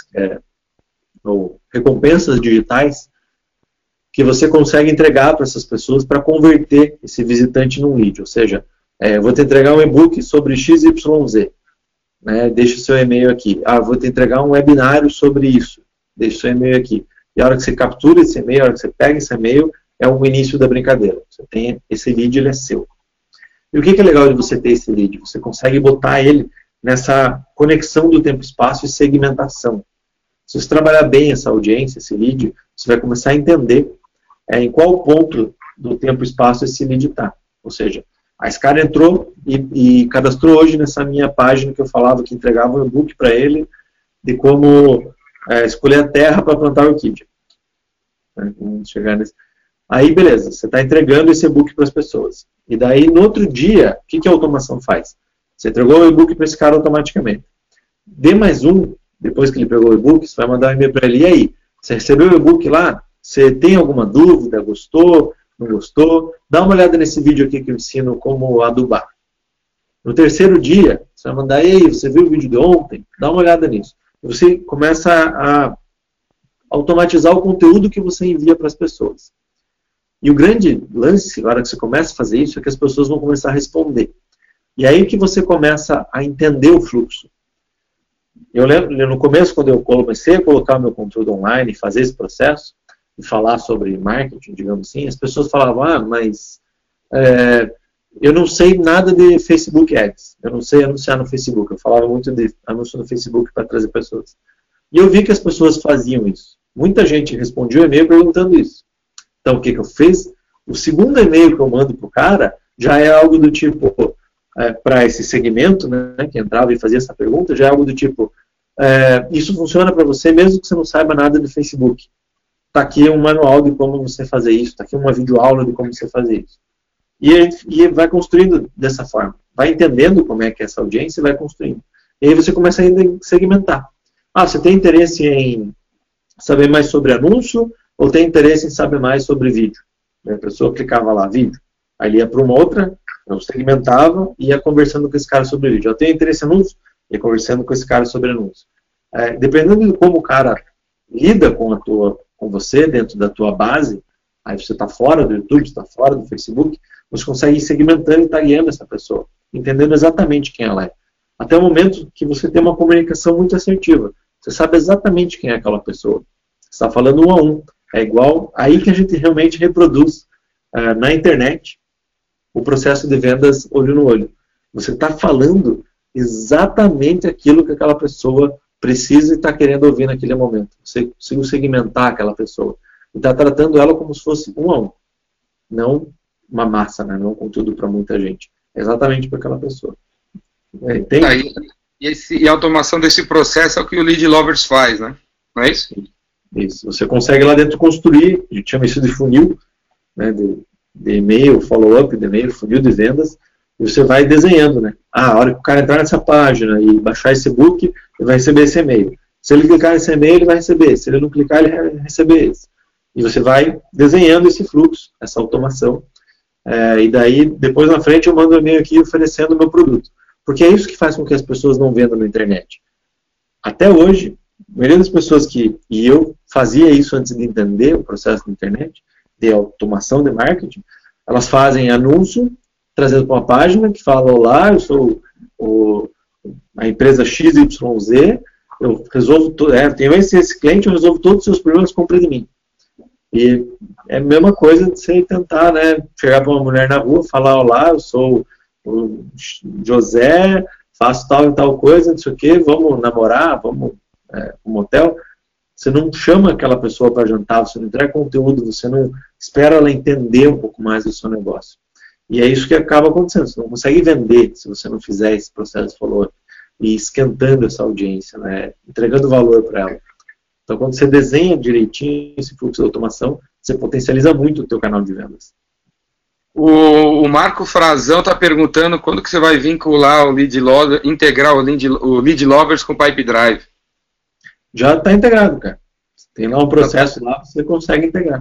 ou recompensas digitais, que você consegue entregar para essas pessoas para converter esse visitante num lead. Ou seja, eu vou te entregar um e-book sobre XYZ. Deixa o seu e-mail aqui. Vou te entregar um webinário sobre isso. Deixa o seu e-mail aqui. E a hora que você captura esse e-mail, a hora que você pega esse e-mail, é o início da brincadeira. Você tem esse lead, ele é seu. E o que é legal de você ter esse lead? Você consegue botar ele nessa conexão do tempo, espaço e segmentação. Se você trabalhar bem essa audiência, esse lead, você vai começar a entender em qual ponto do tempo e espaço esse lead está. Ou seja, esse cara entrou e cadastrou hoje nessa minha página que eu falava que entregava um e-book para ele de como escolher a terra para plantar orquídea. Vamos chegar nesse. Aí, beleza, você está entregando esse e-book para as pessoas. E daí, no outro dia, o que a automação faz? Você entregou o e-book para esse cara automaticamente. Dê mais um, depois que ele pegou o e-book, você vai mandar um e-mail para ele. E aí, você recebeu o e-book lá? Você tem alguma dúvida? Gostou? Não gostou? Dá uma olhada nesse vídeo aqui que eu ensino como adubar. No terceiro dia, você vai mandar, ei, você viu o vídeo de ontem? Dá uma olhada nisso. Você começa a automatizar o conteúdo que você envia para as pessoas. E o grande lance, na hora que você começa a fazer isso, é que as pessoas vão começar a responder. E aí que você começa a entender o fluxo. Eu lembro, no começo, quando eu comecei a colocar o meu conteúdo online, fazer esse processo, e falar sobre marketing, digamos assim, as pessoas falavam, mas eu não sei nada de Facebook Ads, eu não sei anunciar no Facebook, eu falava muito de anúncio no Facebook para trazer pessoas. E eu vi que as pessoas faziam isso. Muita gente respondia o e-mail perguntando isso. Então, o que eu fiz? O segundo e-mail que eu mando para o cara já é algo do tipo, para esse segmento, né, que entrava e fazia essa pergunta, já é algo do tipo, isso funciona para você mesmo que você não saiba nada de Facebook. Está aqui um manual de como você fazer isso, está aqui uma videoaula de como você fazer isso. E vai construindo dessa forma. Vai entendendo como é que é essa audiência e vai construindo. E aí você começa a segmentar. Você tem interesse em saber mais sobre anúncio ou tem interesse em saber mais sobre vídeo? A pessoa clicava lá, vídeo. Aí ele ia para uma outra, eu segmentava e ia conversando com esse cara sobre vídeo. Eu tenho interesse em anúncio, ia conversando com esse cara sobre anúncio. Dependendo de como o cara lida com você, dentro da tua base, aí você está fora do YouTube, está fora do Facebook, você consegue ir segmentando e tagueando essa pessoa, entendendo exatamente quem ela é. Até o momento que você tem uma comunicação muito assertiva. Você sabe exatamente quem é aquela pessoa. Você está falando 1 a 1. É igual, aí que a gente realmente reproduz na internet o processo de vendas olho no olho. Você está falando exatamente aquilo que aquela pessoa precisa e está querendo ouvir naquele momento. Você conseguiu segmentar aquela pessoa. E está tratando ela como se fosse 1 a 1. Não uma massa, né? Não um conteúdo para muita gente. É exatamente para aquela pessoa. Entende? E a automação desse processo é o que o Lead Lovers faz, né? Não é isso? Isso. Você consegue lá dentro construir, a gente chama isso de funil, né? De e-mail, follow-up, de e-mail, funil de vendas, e você vai desenhando, né? A hora que o cara entrar nessa página e baixar esse e-book, ele vai receber esse e-mail. Se ele clicar nesse e-mail, ele vai receber. Se ele não clicar, ele vai receber esse. E você vai desenhando esse fluxo, essa automação. E daí, depois na frente, eu mando um e-mail aqui oferecendo o meu produto. Porque é isso que faz com que as pessoas não vendam na internet. Até hoje, a maioria das pessoas e eu fazia isso antes de entender o processo da internet, de automação de marketing, elas fazem anúncio, trazendo para uma página que fala, olá, eu sou a empresa XYZ, eu resolvo tenho esse cliente, eu resolvo todos os seus problemas, compre de mim. E é a mesma coisa de você tentar, né, chegar para uma mulher na rua, falar, olá, eu sou o José, faço tal e tal coisa, não sei o quê, vamos namorar, vamos para um motel. você não chama aquela pessoa para jantar, você não entrega conteúdo, você não espera ela entender um pouco mais do seu negócio. E é isso que acaba acontecendo, você não consegue vender se você não fizer esse processo de follow-up e esquentando essa audiência, né? Entregando valor para ela. Então, quando você desenha direitinho esse fluxo de automação, você potencializa muito o teu canal de vendas. O Marco Frazão está perguntando quando que você vai vincular o Lead Lovers, integrar o Lead Lovers com o Pipe Drive. Já está integrado, cara. Tem lá um processo lá, você consegue integrar.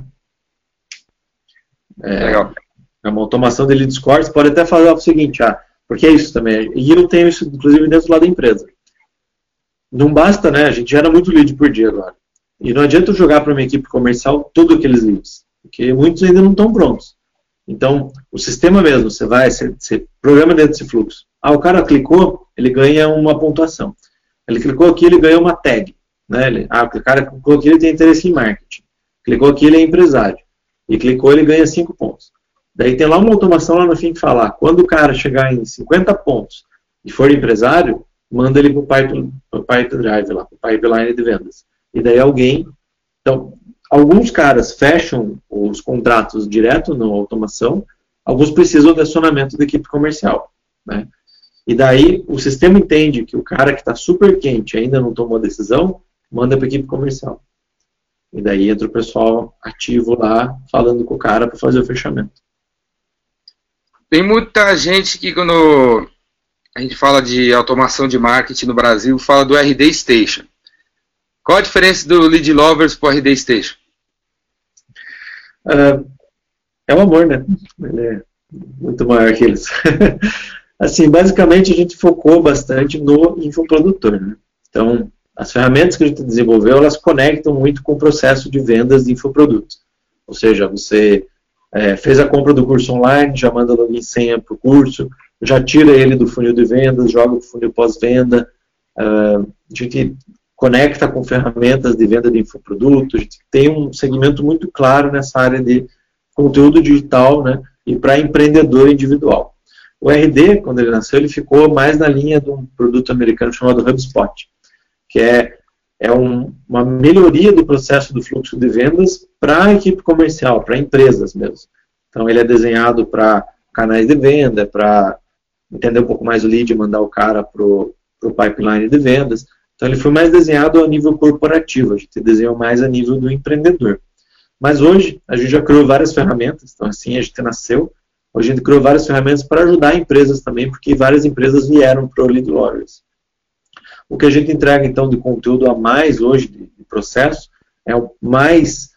Legal. É uma automação de lead score, você pode até fazer o seguinte, porque é isso também, e eu tenho isso, inclusive, dentro lá da empresa. Não basta, né, a gente gera muito lead por dia agora. E não adianta eu jogar para uma equipe comercial todos aqueles leads, porque muitos ainda não estão prontos. Então, o sistema mesmo, você programa dentro desse fluxo. O cara clicou, ele ganha uma pontuação. Ele clicou aqui, ele ganha uma tag. Né? O cara clicou aqui, ele tem interesse em marketing. Clicou aqui, ele é empresário. E clicou, ele ganha 5 pontos. Daí tem lá uma automação lá no fim que fala, quando o cara chegar em 50 pontos e for empresário, manda ele para o Pipe Drive, lá, para o Pipeline de vendas. E daí alguém... Então, alguns caras fecham os contratos direto na automação, alguns precisam de acionamento da equipe comercial. Né? E daí o sistema entende que o cara que está super quente ainda não tomou decisão, manda para a equipe comercial. E daí entra o pessoal ativo lá, falando com o cara para fazer o fechamento. Tem muita gente que quando a gente fala de automação de marketing no Brasil, fala do RD Station. Qual a diferença do Lead Lovers para o RD Station? É um amor, né? Ele é muito maior que eles. Assim, basicamente a gente focou bastante no infoprodutor, né? Então, as ferramentas que a gente desenvolveu, elas conectam muito com o processo de vendas de infoprodutos. Ou seja, você fez a compra do curso online, já manda login e senha para o curso, já tira ele do funil de vendas, joga para o funil pós-venda, a gente conecta com ferramentas de venda de infoprodutos, a gente tem um segmento muito claro nessa área de conteúdo digital, né, e para empreendedor individual. O RD, quando ele nasceu, ele ficou mais na linha de um produto americano chamado HubSpot, que é uma melhoria do processo do fluxo de vendas para a equipe comercial, para empresas mesmo. Então, ele é desenhado para canais de venda, para entender um pouco mais o lead e mandar o cara para o pipeline de vendas. Então, ele foi mais desenhado a nível corporativo, a gente desenhou mais a nível do empreendedor. Mas hoje, a gente já criou várias ferramentas, então assim a gente nasceu, hoje a gente criou várias ferramentas para ajudar empresas também, porque várias empresas vieram para o Lead Lovers. O que a gente entrega, então, de conteúdo a mais hoje, de processo, é mais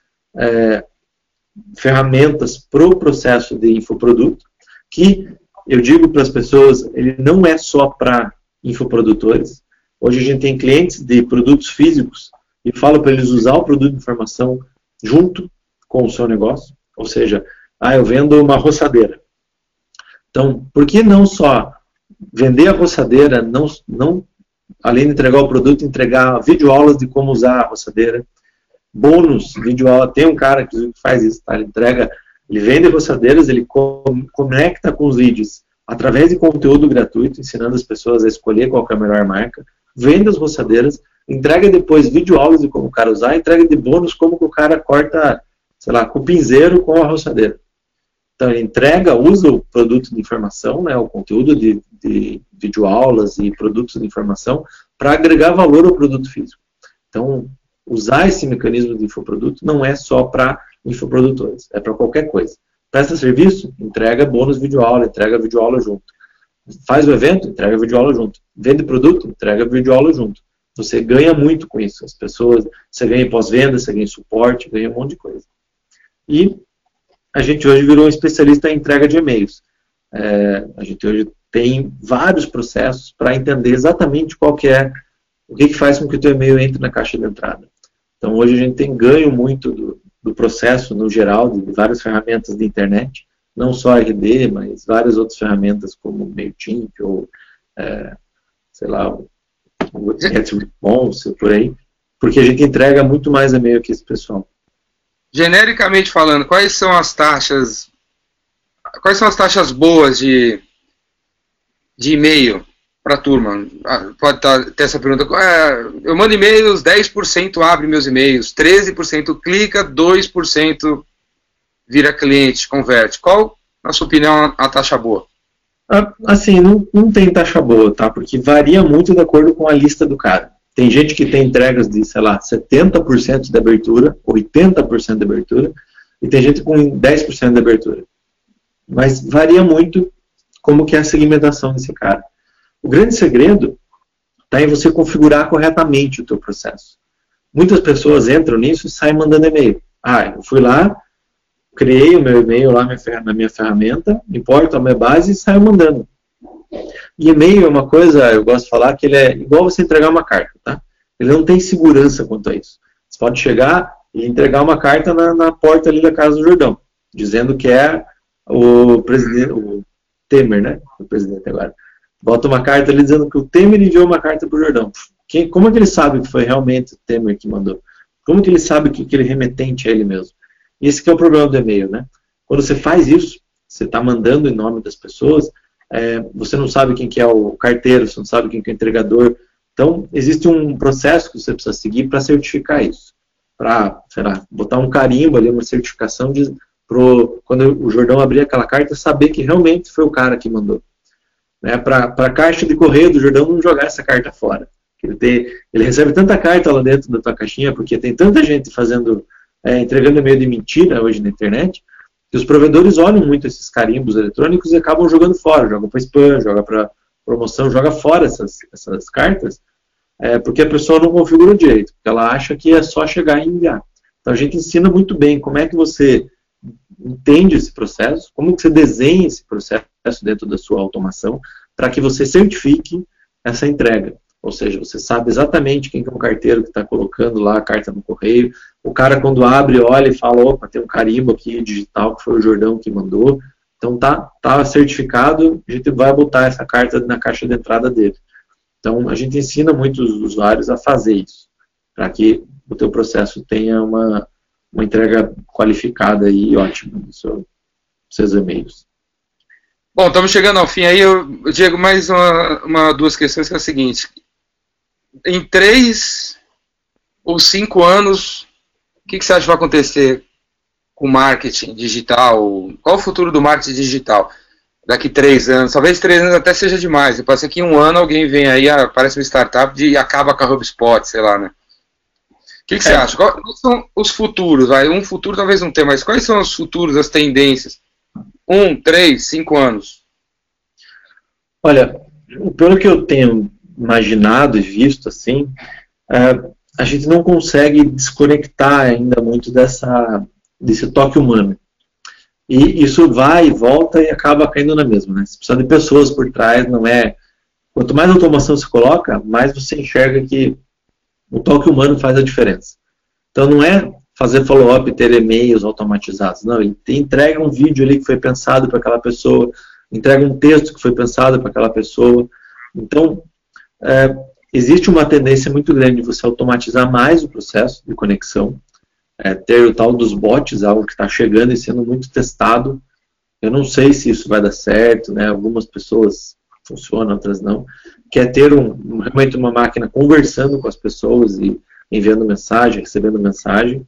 ferramentas para o processo de infoproduto, que eu digo para as pessoas, ele não é só para infoprodutores. Hoje a gente tem clientes de produtos físicos e falo para eles usar o produto de informação junto com o seu negócio. Ou seja, eu vendo uma roçadeira. Então, por que não só vender a roçadeira, não além de entregar o produto, entregar videoaulas de como usar a roçadeira, bônus, videoaula, tem um cara que faz isso, tá? Ele vende roçadeiras, ele conecta com os leads através de conteúdo gratuito, ensinando as pessoas a escolher qual que é a melhor marca, vende as roçadeiras, entrega depois videoaulas de como o cara usar, entrega de bônus como que o cara corta, sei lá, cupinzeiro com a roçadeira. Então ele entrega, usa o produto de informação, né, o conteúdo de videoaulas e produtos de informação para agregar valor ao produto físico. Então, usar esse mecanismo de infoproduto não é só para infoprodutores, é para qualquer coisa. Presta serviço, entrega bônus videoaula, entrega videoaula junto. Faz o evento, entrega videoaula junto. Vende produto, entrega videoaula junto. Você ganha muito com isso. As pessoas, você ganha pós-venda, você ganha suporte, ganha um monte de coisa. E a gente hoje virou um especialista em entrega de e-mails. A gente hoje tem vários processos para entender exatamente qual que é, o que faz com que o teu e-mail entre na caixa de entrada. Então hoje a gente tem ganho muito do processo no geral, de várias ferramentas de internet, não só RD, mas várias outras ferramentas como MailChimp ou, sei lá, o GetResponse, por aí, porque a gente entrega muito mais e-mail que esse pessoal. Genericamente falando, quais são as taxas boas de e-mail para a turma. Pode ter essa pergunta. Eu mando e-mails, 10% abre meus e-mails, 13% clica, 2% vira cliente, converte. Qual, na sua opinião, a taxa boa? Assim, não tem taxa boa, tá? Porque varia muito de acordo com a lista do cara. Tem gente que tem entregas de, sei lá, 70% de abertura, 80% de abertura, e tem gente com 10% de abertura. Mas varia muito como que é a segmentação desse cara. O grande segredo está em você configurar corretamente o teu processo. Muitas pessoas entram nisso e saem mandando e-mail. Eu fui lá, criei o meu e-mail lá na minha ferramenta, importo a minha base e saio mandando. E e-mail é uma coisa, eu gosto de falar, que ele é igual você entregar uma carta, tá? Ele não tem segurança quanto a isso. Você pode chegar e entregar uma carta na porta ali da casa do Jordão, dizendo que é o presidente, o Temer, né? O presidente agora. Bota uma carta ali dizendo que o Temer enviou uma carta para o Jordão. Como é que ele sabe que foi realmente o Temer que mandou? Como que ele sabe que aquele remetente é ele mesmo? Esse que é o problema do e-mail, né? Quando você faz isso, você está mandando em nome das pessoas, você não sabe quem que é o carteiro, você não sabe quem que é o entregador. Então, existe um processo que você precisa seguir para certificar isso. Para, sei lá, botar um carimbo ali, uma certificação quando o Jordão abrir aquela carta, saber que realmente foi o cara que mandou. Né? Para a caixa de correio do Jordão não jogar essa carta fora. Ele recebe tanta carta lá dentro da tua caixinha, porque tem tanta gente entregando e-mail de mentira hoje na internet, que os provedores olham muito esses carimbos eletrônicos e acabam jogando fora, joga para spam, joga para promoção, joga fora essas cartas, porque a pessoa não configura direito, porque ela acha que é só chegar e enviar. Então a gente ensina muito bem como é que você entende esse processo, como que você desenha esse processo dentro da sua automação, para que você certifique essa entrega. Ou seja, você sabe exatamente quem que é o carteiro que está colocando lá a carta no correio. O cara, quando abre, olha e fala, opa, tem um carimbo aqui digital que foi o Jordão que mandou. Então tá certificado, a gente vai botar essa carta na caixa de entrada dele. Então a gente ensina muito os usuários a fazer isso, para que o teu processo tenha uma entrega qualificada e ótima dos seus e-mails. Bom, estamos chegando ao fim aí. Diego, mais duas questões, que é a seguinte. Em 3 ou 5 anos, o que você acha que vai acontecer com o marketing digital? Qual o futuro do marketing digital? Daqui 3 anos, talvez 3 anos até seja demais. Pode ser que em 1 ano alguém vem aí, aparece uma startup e acaba com a HubSpot, sei lá, né? O que você acha? Quais são os futuros? Um futuro talvez não tenha, mas quais são os futuros, as tendências? 1, 3, 5 anos? Olha, pelo que eu tenho imaginado e visto, assim, a gente não consegue desconectar ainda muito desse toque humano. E isso vai e volta e acaba caindo na mesma, né? Você precisa de pessoas por trás, não é... Quanto mais automação se coloca, mais você enxerga que o toque humano faz a diferença. Então não é fazer follow-up e ter e-mails automatizados, não. Ele entrega um vídeo ali que foi pensado para aquela pessoa, entrega um texto que foi pensado para aquela pessoa. Então, existe uma tendência muito grande de você automatizar mais o processo de conexão, ter o tal dos bots, algo que está chegando e sendo muito testado. Eu não sei se isso vai dar certo, né? Algumas pessoas funcionam, outras não. Que é ter realmente uma máquina conversando com as pessoas e enviando mensagem, recebendo mensagem.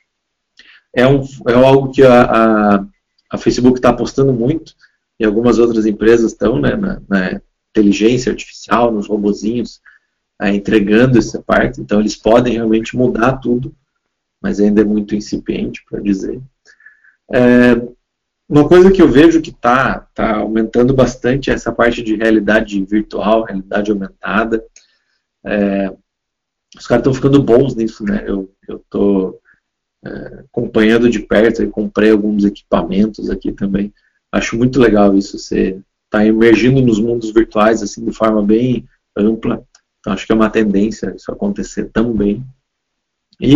É algo que a Facebook está apostando muito, e algumas outras empresas estão, né, na inteligência artificial, nos robozinhos, entregando essa parte. Então eles podem realmente mudar tudo, mas ainda é muito incipiente, para dizer. Uma coisa que eu vejo que está aumentando bastante é essa parte de realidade virtual, realidade aumentada. Os caras estão ficando bons nisso, né? Eu estou acompanhando de perto, eu comprei alguns equipamentos aqui também. Acho muito legal isso, você está emergindo nos mundos virtuais assim, de forma bem ampla. Então acho que é uma tendência isso acontecer também. E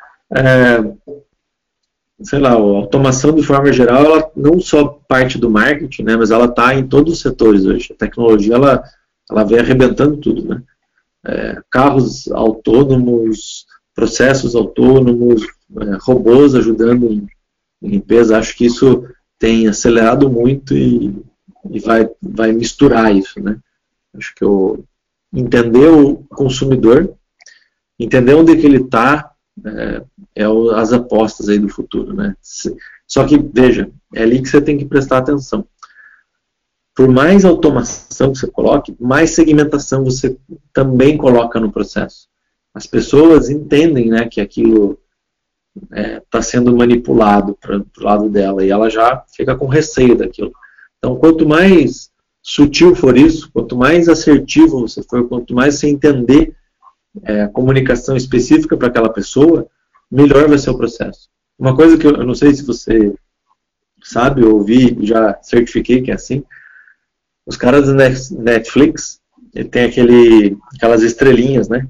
sei lá, a automação de forma geral, ela não só parte do marketing, né, mas ela está em todos os setores hoje. A tecnologia, ela vem arrebentando tudo, né? Carros autônomos, processos autônomos, robôs ajudando em limpeza. Acho que isso tem acelerado muito e vai misturar isso, né? Acho que entender o consumidor, entender onde que ele está, as apostas aí do futuro, né? Só que, veja, é ali que você tem que prestar atenção. Por mais automação que você coloque, mais segmentação você também coloca no processo. As pessoas entendem, né, que aquilo está sendo manipulado para o lado dela e ela já fica com receio daquilo. Então, quanto mais sutil for isso, quanto mais assertivo você for, quanto mais você entender a comunicação específica para aquela pessoa, melhor vai ser o processo. Uma coisa que eu não sei se você sabe, eu ouvi, já certifiquei que é assim, os caras do Netflix, ele tem aquelas estrelinhas, né?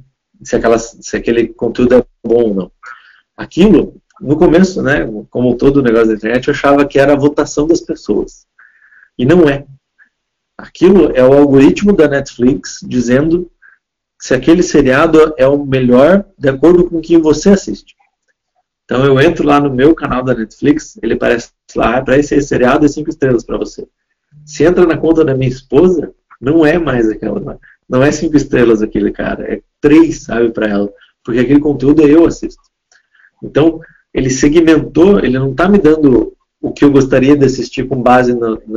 Se aquele conteúdo é bom ou não. Aquilo, no começo, né, como todo negócio da internet, eu achava que era a votação das pessoas. E não é. Aquilo é o algoritmo da Netflix dizendo se aquele seriado é o melhor de acordo com quem você assiste. Então eu entro lá no meu canal da Netflix, ele aparece lá, para esse seriado é 5 estrelas para você. Se entra na conta da minha esposa, não é mais aquela, não é 5 estrelas aquele cara, é 3, sabe, para ela, porque aquele conteúdo eu assisto. Então, ele segmentou, ele não está me dando o que eu gostaria de assistir com base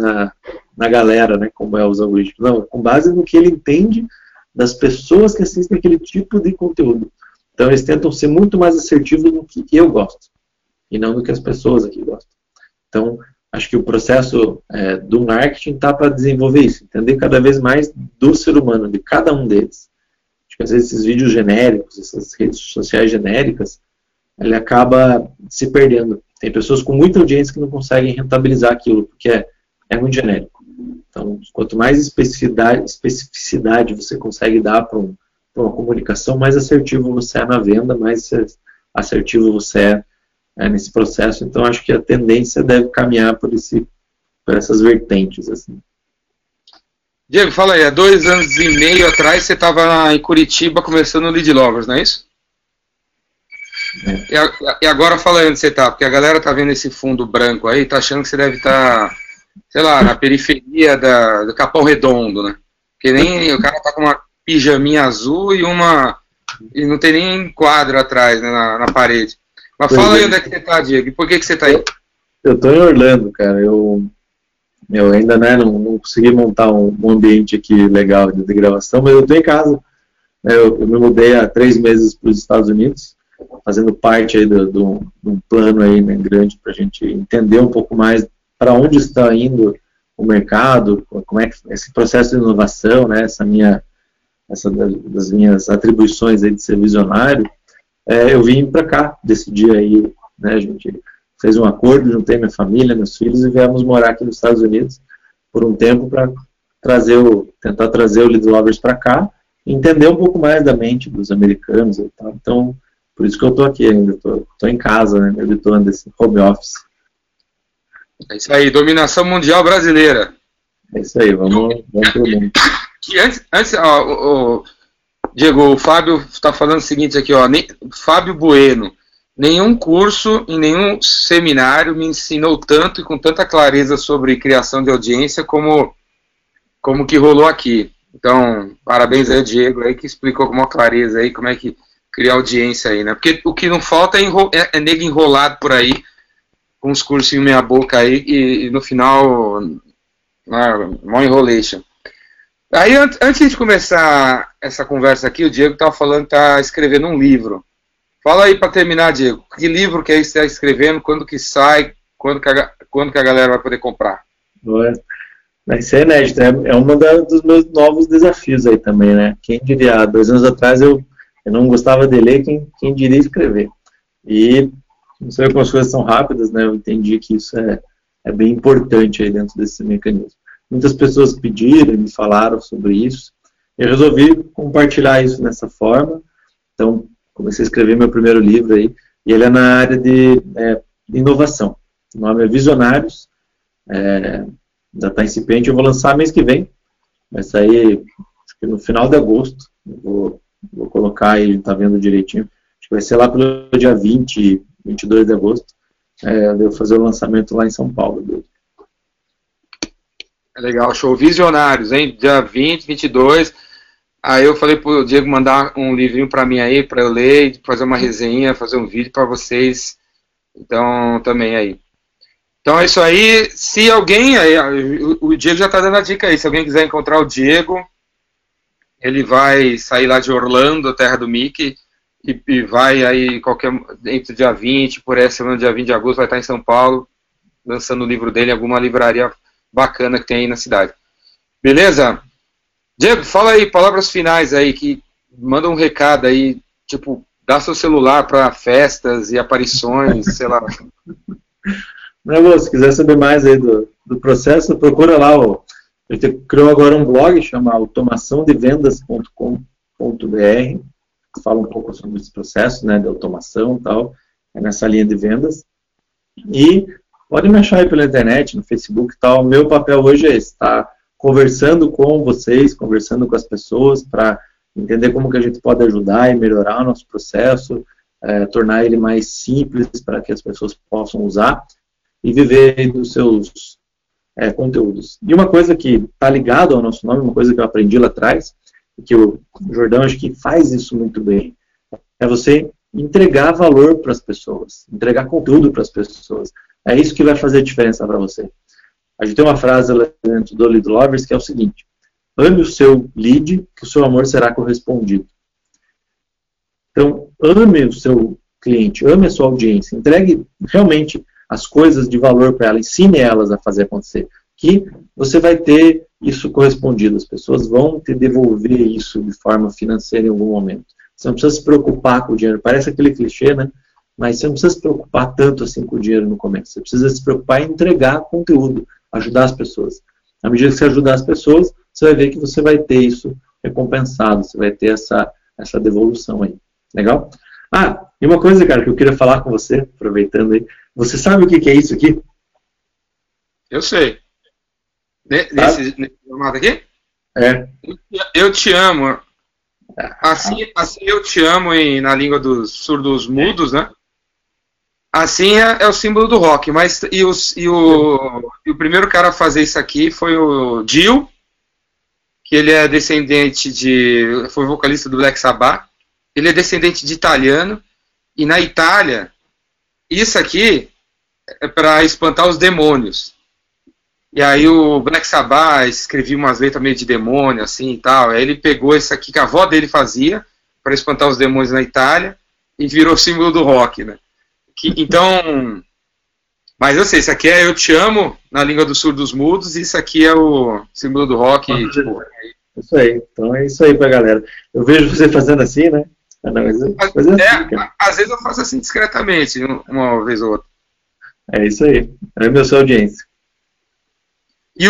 na galera, né, como é os algoritmos, não, com base no que ele entende das pessoas que assistem aquele tipo de conteúdo. Então, eles tentam ser muito mais assertivos no que eu gosto, e não no que as pessoas aqui gostam. Então, acho que o processo do marketing está para desenvolver isso, entender cada vez mais do ser humano, de cada um deles. Acho que às vezes esses vídeos genéricos, essas redes sociais genéricas, ele acaba se perdendo. Tem pessoas com muita audiência que não conseguem rentabilizar aquilo, porque é muito genérico. Então, quanto mais especificidade você consegue dar para uma comunicação, mais assertivo você é na venda, mais assertivo você é nesse processo. Então, acho que a tendência deve caminhar por essas vertentes. Assim. Diego, fala aí, há 2 anos e meio atrás você estava em Curitiba começando o Lead Lovers, não é isso? E agora fala aí onde você está, porque a galera tá vendo esse fundo branco aí, tá achando que você deve estar, sei lá, na periferia do Capão Redondo, né? Porque nem o cara tá com uma pijaminha azul e não tem nem quadro atrás, né, na parede. Mas fala aí onde é que você tá, Diego, e por que você tá aí? Eu tô em Orlando, cara. Eu ainda, né, não consegui montar um ambiente aqui legal de gravação, mas eu tô em casa. Eu me mudei há 3 meses para os Estados Unidos, fazendo parte aí de um plano aí, né, grande para a gente entender um pouco mais para onde está indo o mercado, como é que esse processo de inovação, né, das minhas atribuições aí de ser visionário. Eu vim para cá, decidi aí, né, a gente fez um acordo, juntei minha família, meus filhos e viemos morar aqui nos Estados Unidos por um tempo para tentar trazer o Lead Lovers para cá e entender um pouco mais da mente dos americanos e tal. Então, por isso que eu estou aqui ainda, estou em casa, né, me habituando a esse home office. É isso aí, dominação mundial brasileira. É isso aí, vamos pro mundo. Que antes Diego, o Fábio está falando o seguinte aqui, ó, Fábio Bueno, nenhum curso e nenhum seminário me ensinou tanto e com tanta clareza sobre criação de audiência como que rolou aqui. Então, parabéns aí, Diego, aí que explicou com uma clareza aí como é que cria audiência aí, né? Porque o que não falta é nego enrolado por aí, com uns cursos em meia boca aí, e no final, mó enrolation. Aí, antes de começar essa conversa aqui, o Diego estava falando que está escrevendo um livro. Fala aí para terminar, Diego, que livro que é isso que você está escrevendo, quando que sai, quando que a galera vai poder comprar? Vai ser inédito, é um dos meus novos desafios aí também, né? Quem diria, 2 anos atrás eu não gostava de ler, quem diria escrever. E não sei como as coisas são rápidas, né? Eu entendi que isso é bem importante aí dentro desse mecanismo. Muitas pessoas pediram, me falaram sobre isso. Eu resolvi compartilhar isso dessa forma. Então, comecei a escrever meu primeiro livro aí. E ele é na área de inovação. O nome é Visionários. Já está incipiente. Eu vou lançar mês que vem. Vai sair, acho que no final de agosto. Vou colocar aí, está vendo direitinho. Acho que vai ser lá pelo dia 20, 22 de agosto. Eu vou fazer o lançamento lá em São Paulo. É legal, show. Visionários, hein? Dia 20, 22. Aí eu falei pro Diego mandar um livrinho para mim aí, para eu ler, fazer uma resenha, fazer um vídeo para vocês. Então, também aí. Então é isso aí. Se alguém, aí, o Diego já tá dando a dica aí, se alguém quiser encontrar o Diego, ele vai sair lá de Orlando, a terra do Mickey, e vai aí entre o dia 20, por essa semana, dia 20 de agosto, vai estar em São Paulo, lançando o livro dele em alguma livraria bacana que tem aí na cidade. Beleza? Diego, fala aí, palavras finais aí, que manda um recado aí, tipo, dá seu celular para festas e aparições, sei lá. Se quiser saber mais aí do processo, procura lá. A gente criou agora um blog, chama automaçãodevendas.com.br, fala um pouco sobre esse processo, né, de automação e tal, nessa linha de vendas. E pode me achar aí pela internet, no Facebook e tal. O meu papel hoje é esse, tá? Conversando com vocês, conversando com as pessoas, para entender como que a gente pode ajudar e melhorar o nosso processo, tornar ele mais simples para que as pessoas possam usar e viver dos seus conteúdos. E uma coisa que está ligada ao nosso nome, uma coisa que eu aprendi lá atrás, que o Jordão acho que faz isso muito bem, é você entregar valor para as pessoas, entregar conteúdo para as pessoas. É isso que vai fazer diferença para você. A gente tem uma frase lá dentro do Lead Lovers que é o seguinte: ame o seu lead, que o seu amor será correspondido. Então, ame o seu cliente, ame a sua audiência, entregue realmente as coisas de valor para ela, ensine elas a fazer acontecer, que você vai ter isso correspondido, as pessoas vão te devolver isso de forma financeira em algum momento. Você não precisa se preocupar com o dinheiro, parece aquele clichê, né? Mas você não precisa se preocupar tanto assim com o dinheiro no começo, você precisa se preocupar em entregar conteúdo, ajudar as pessoas. À medida que você ajudar as pessoas, você vai ver que você vai ter isso recompensado, você vai ter essa devolução aí. Legal? Ah, e uma coisa, cara, que eu queria falar com você, aproveitando aí, você sabe o que é isso aqui? Eu sei. Nesse formato aqui? É. Eu te amo. Assim eu te amo na língua dos surdos mudos, né? Assim é o símbolo do rock. Mas o primeiro cara a fazer isso aqui foi o Dio, que ele é descendente foi vocalista do Black Sabbath. Ele é descendente de italiano. E na Itália, isso aqui é para espantar os demônios. E aí o Black Sabbath escrevia umas letras meio de demônio, assim e tal. Aí ele pegou isso aqui que a avó dele fazia para espantar os demônios na Itália e virou símbolo do rock, né? Então, mas eu sei, isso aqui é Eu Te Amo na língua dos surdos mudos e isso aqui é o símbolo do rock. Tipo, isso aí, então é isso aí pra galera. Eu vejo você fazendo assim, né? Às vezes eu faço assim discretamente, uma vez ou outra. É isso aí, é meu sua audiência. E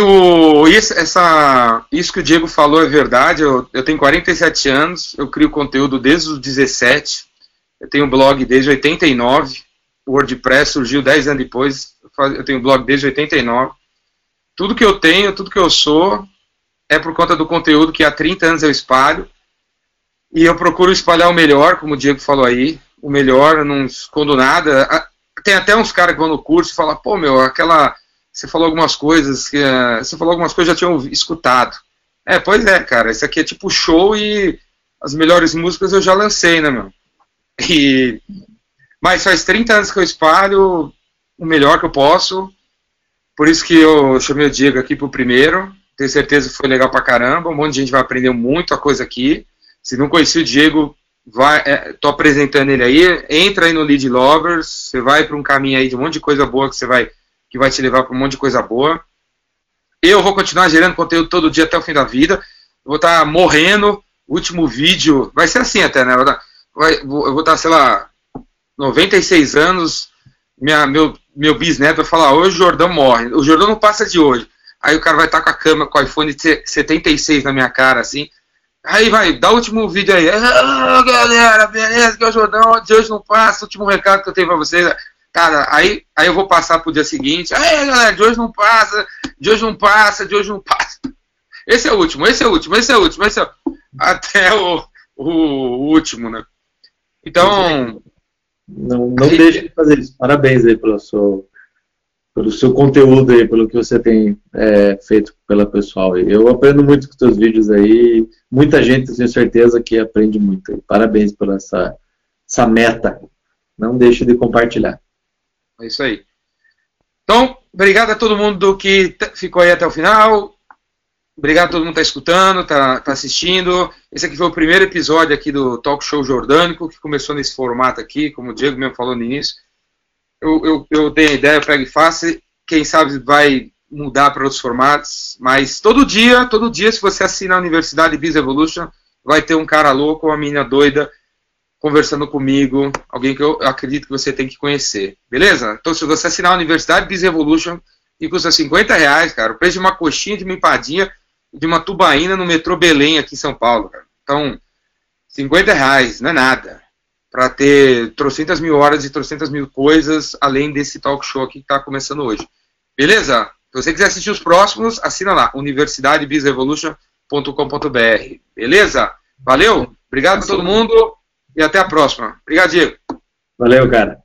isso que o Diego falou é verdade. Eu tenho 47 anos, eu crio conteúdo desde os 17, eu tenho blog desde 89, o WordPress surgiu 10 anos depois, eu tenho blog desde 89. Tudo que eu tenho, tudo que eu sou, é por conta do conteúdo que há 30 anos eu espalho, e eu procuro espalhar o melhor, como o Diego falou aí, o melhor, eu não escondo nada. Tem até uns caras que vão no curso e falam, pô, meu, você falou algumas coisas que já tinham escutado. Pois é, cara, isso aqui é tipo show e as melhores músicas eu já lancei, né, meu? Mas faz 30 anos que eu espalho o melhor que eu posso, por isso que eu chamei o Diego aqui pro primeiro, tenho certeza que foi legal pra caramba, um monte de gente vai aprender muita coisa aqui. Se não conhecia o Diego, tô apresentando ele aí, entra aí no Lead Lovers, você vai para um caminho aí de um monte de coisa boa que vai te levar para um monte de coisa boa. Eu vou continuar gerando conteúdo todo dia até o fim da vida. Vou estar morrendo. O último vídeo vai ser assim até, né? Eu vou estar, sei lá, 96 anos. Meu bisneto vai falar: hoje o Jordão morre. O Jordão não passa de hoje. Aí o cara vai estar com a câmera, com o iPhone 76 na minha cara, assim. Aí vai, dá o último vídeo aí. Galera, beleza, que é o Jordão. De hoje não passa. O último recado que eu tenho pra vocês. Cara, aí eu vou passar pro dia seguinte. Aí, galera, de hoje não passa. De hoje não passa. De hoje não passa. Esse é o último, esse é o último, esse é o último. Até o último, né? Então. Não deixe de fazer isso. Parabéns aí pelo seu pelo seu conteúdo aí, pelo que você tem feito pela pessoal. Eu aprendo muito com os seus vídeos aí, muita gente, tenho certeza, que aprende muito. Parabéns por essa meta. Não deixe de compartilhar. É isso aí. Então, obrigado a todo mundo que ficou aí até o final. Obrigado a todo mundo que está escutando, está assistindo. Esse aqui foi o primeiro episódio aqui do Talk Show Jordânico, que começou nesse formato aqui, como o Diego mesmo falou no início. Eu tenho a ideia, eu pego e faço. Quem sabe vai mudar para outros formatos. Mas todo dia, se você assina a Universidade Biz Evolution, vai ter um cara louco, uma menina doida, conversando comigo, alguém que eu acredito que você tem que conhecer. Beleza? Então, se você assinar a Universidade Biz Evolution, que custa R$50, cara, o preço de uma coxinha, de uma empadinha, de uma tubaína no metrô Belém, aqui em São Paulo, cara. Então, R$50, não é nada. Para ter 300 mil horas e 300 mil coisas, além desse talk show aqui que está começando hoje. Beleza? Se você quiser assistir os próximos, assina lá, universidadebizevolution.com.br. Beleza? Valeu? Obrigado a todo mundo e até a próxima. Obrigado, Diego. Valeu, cara.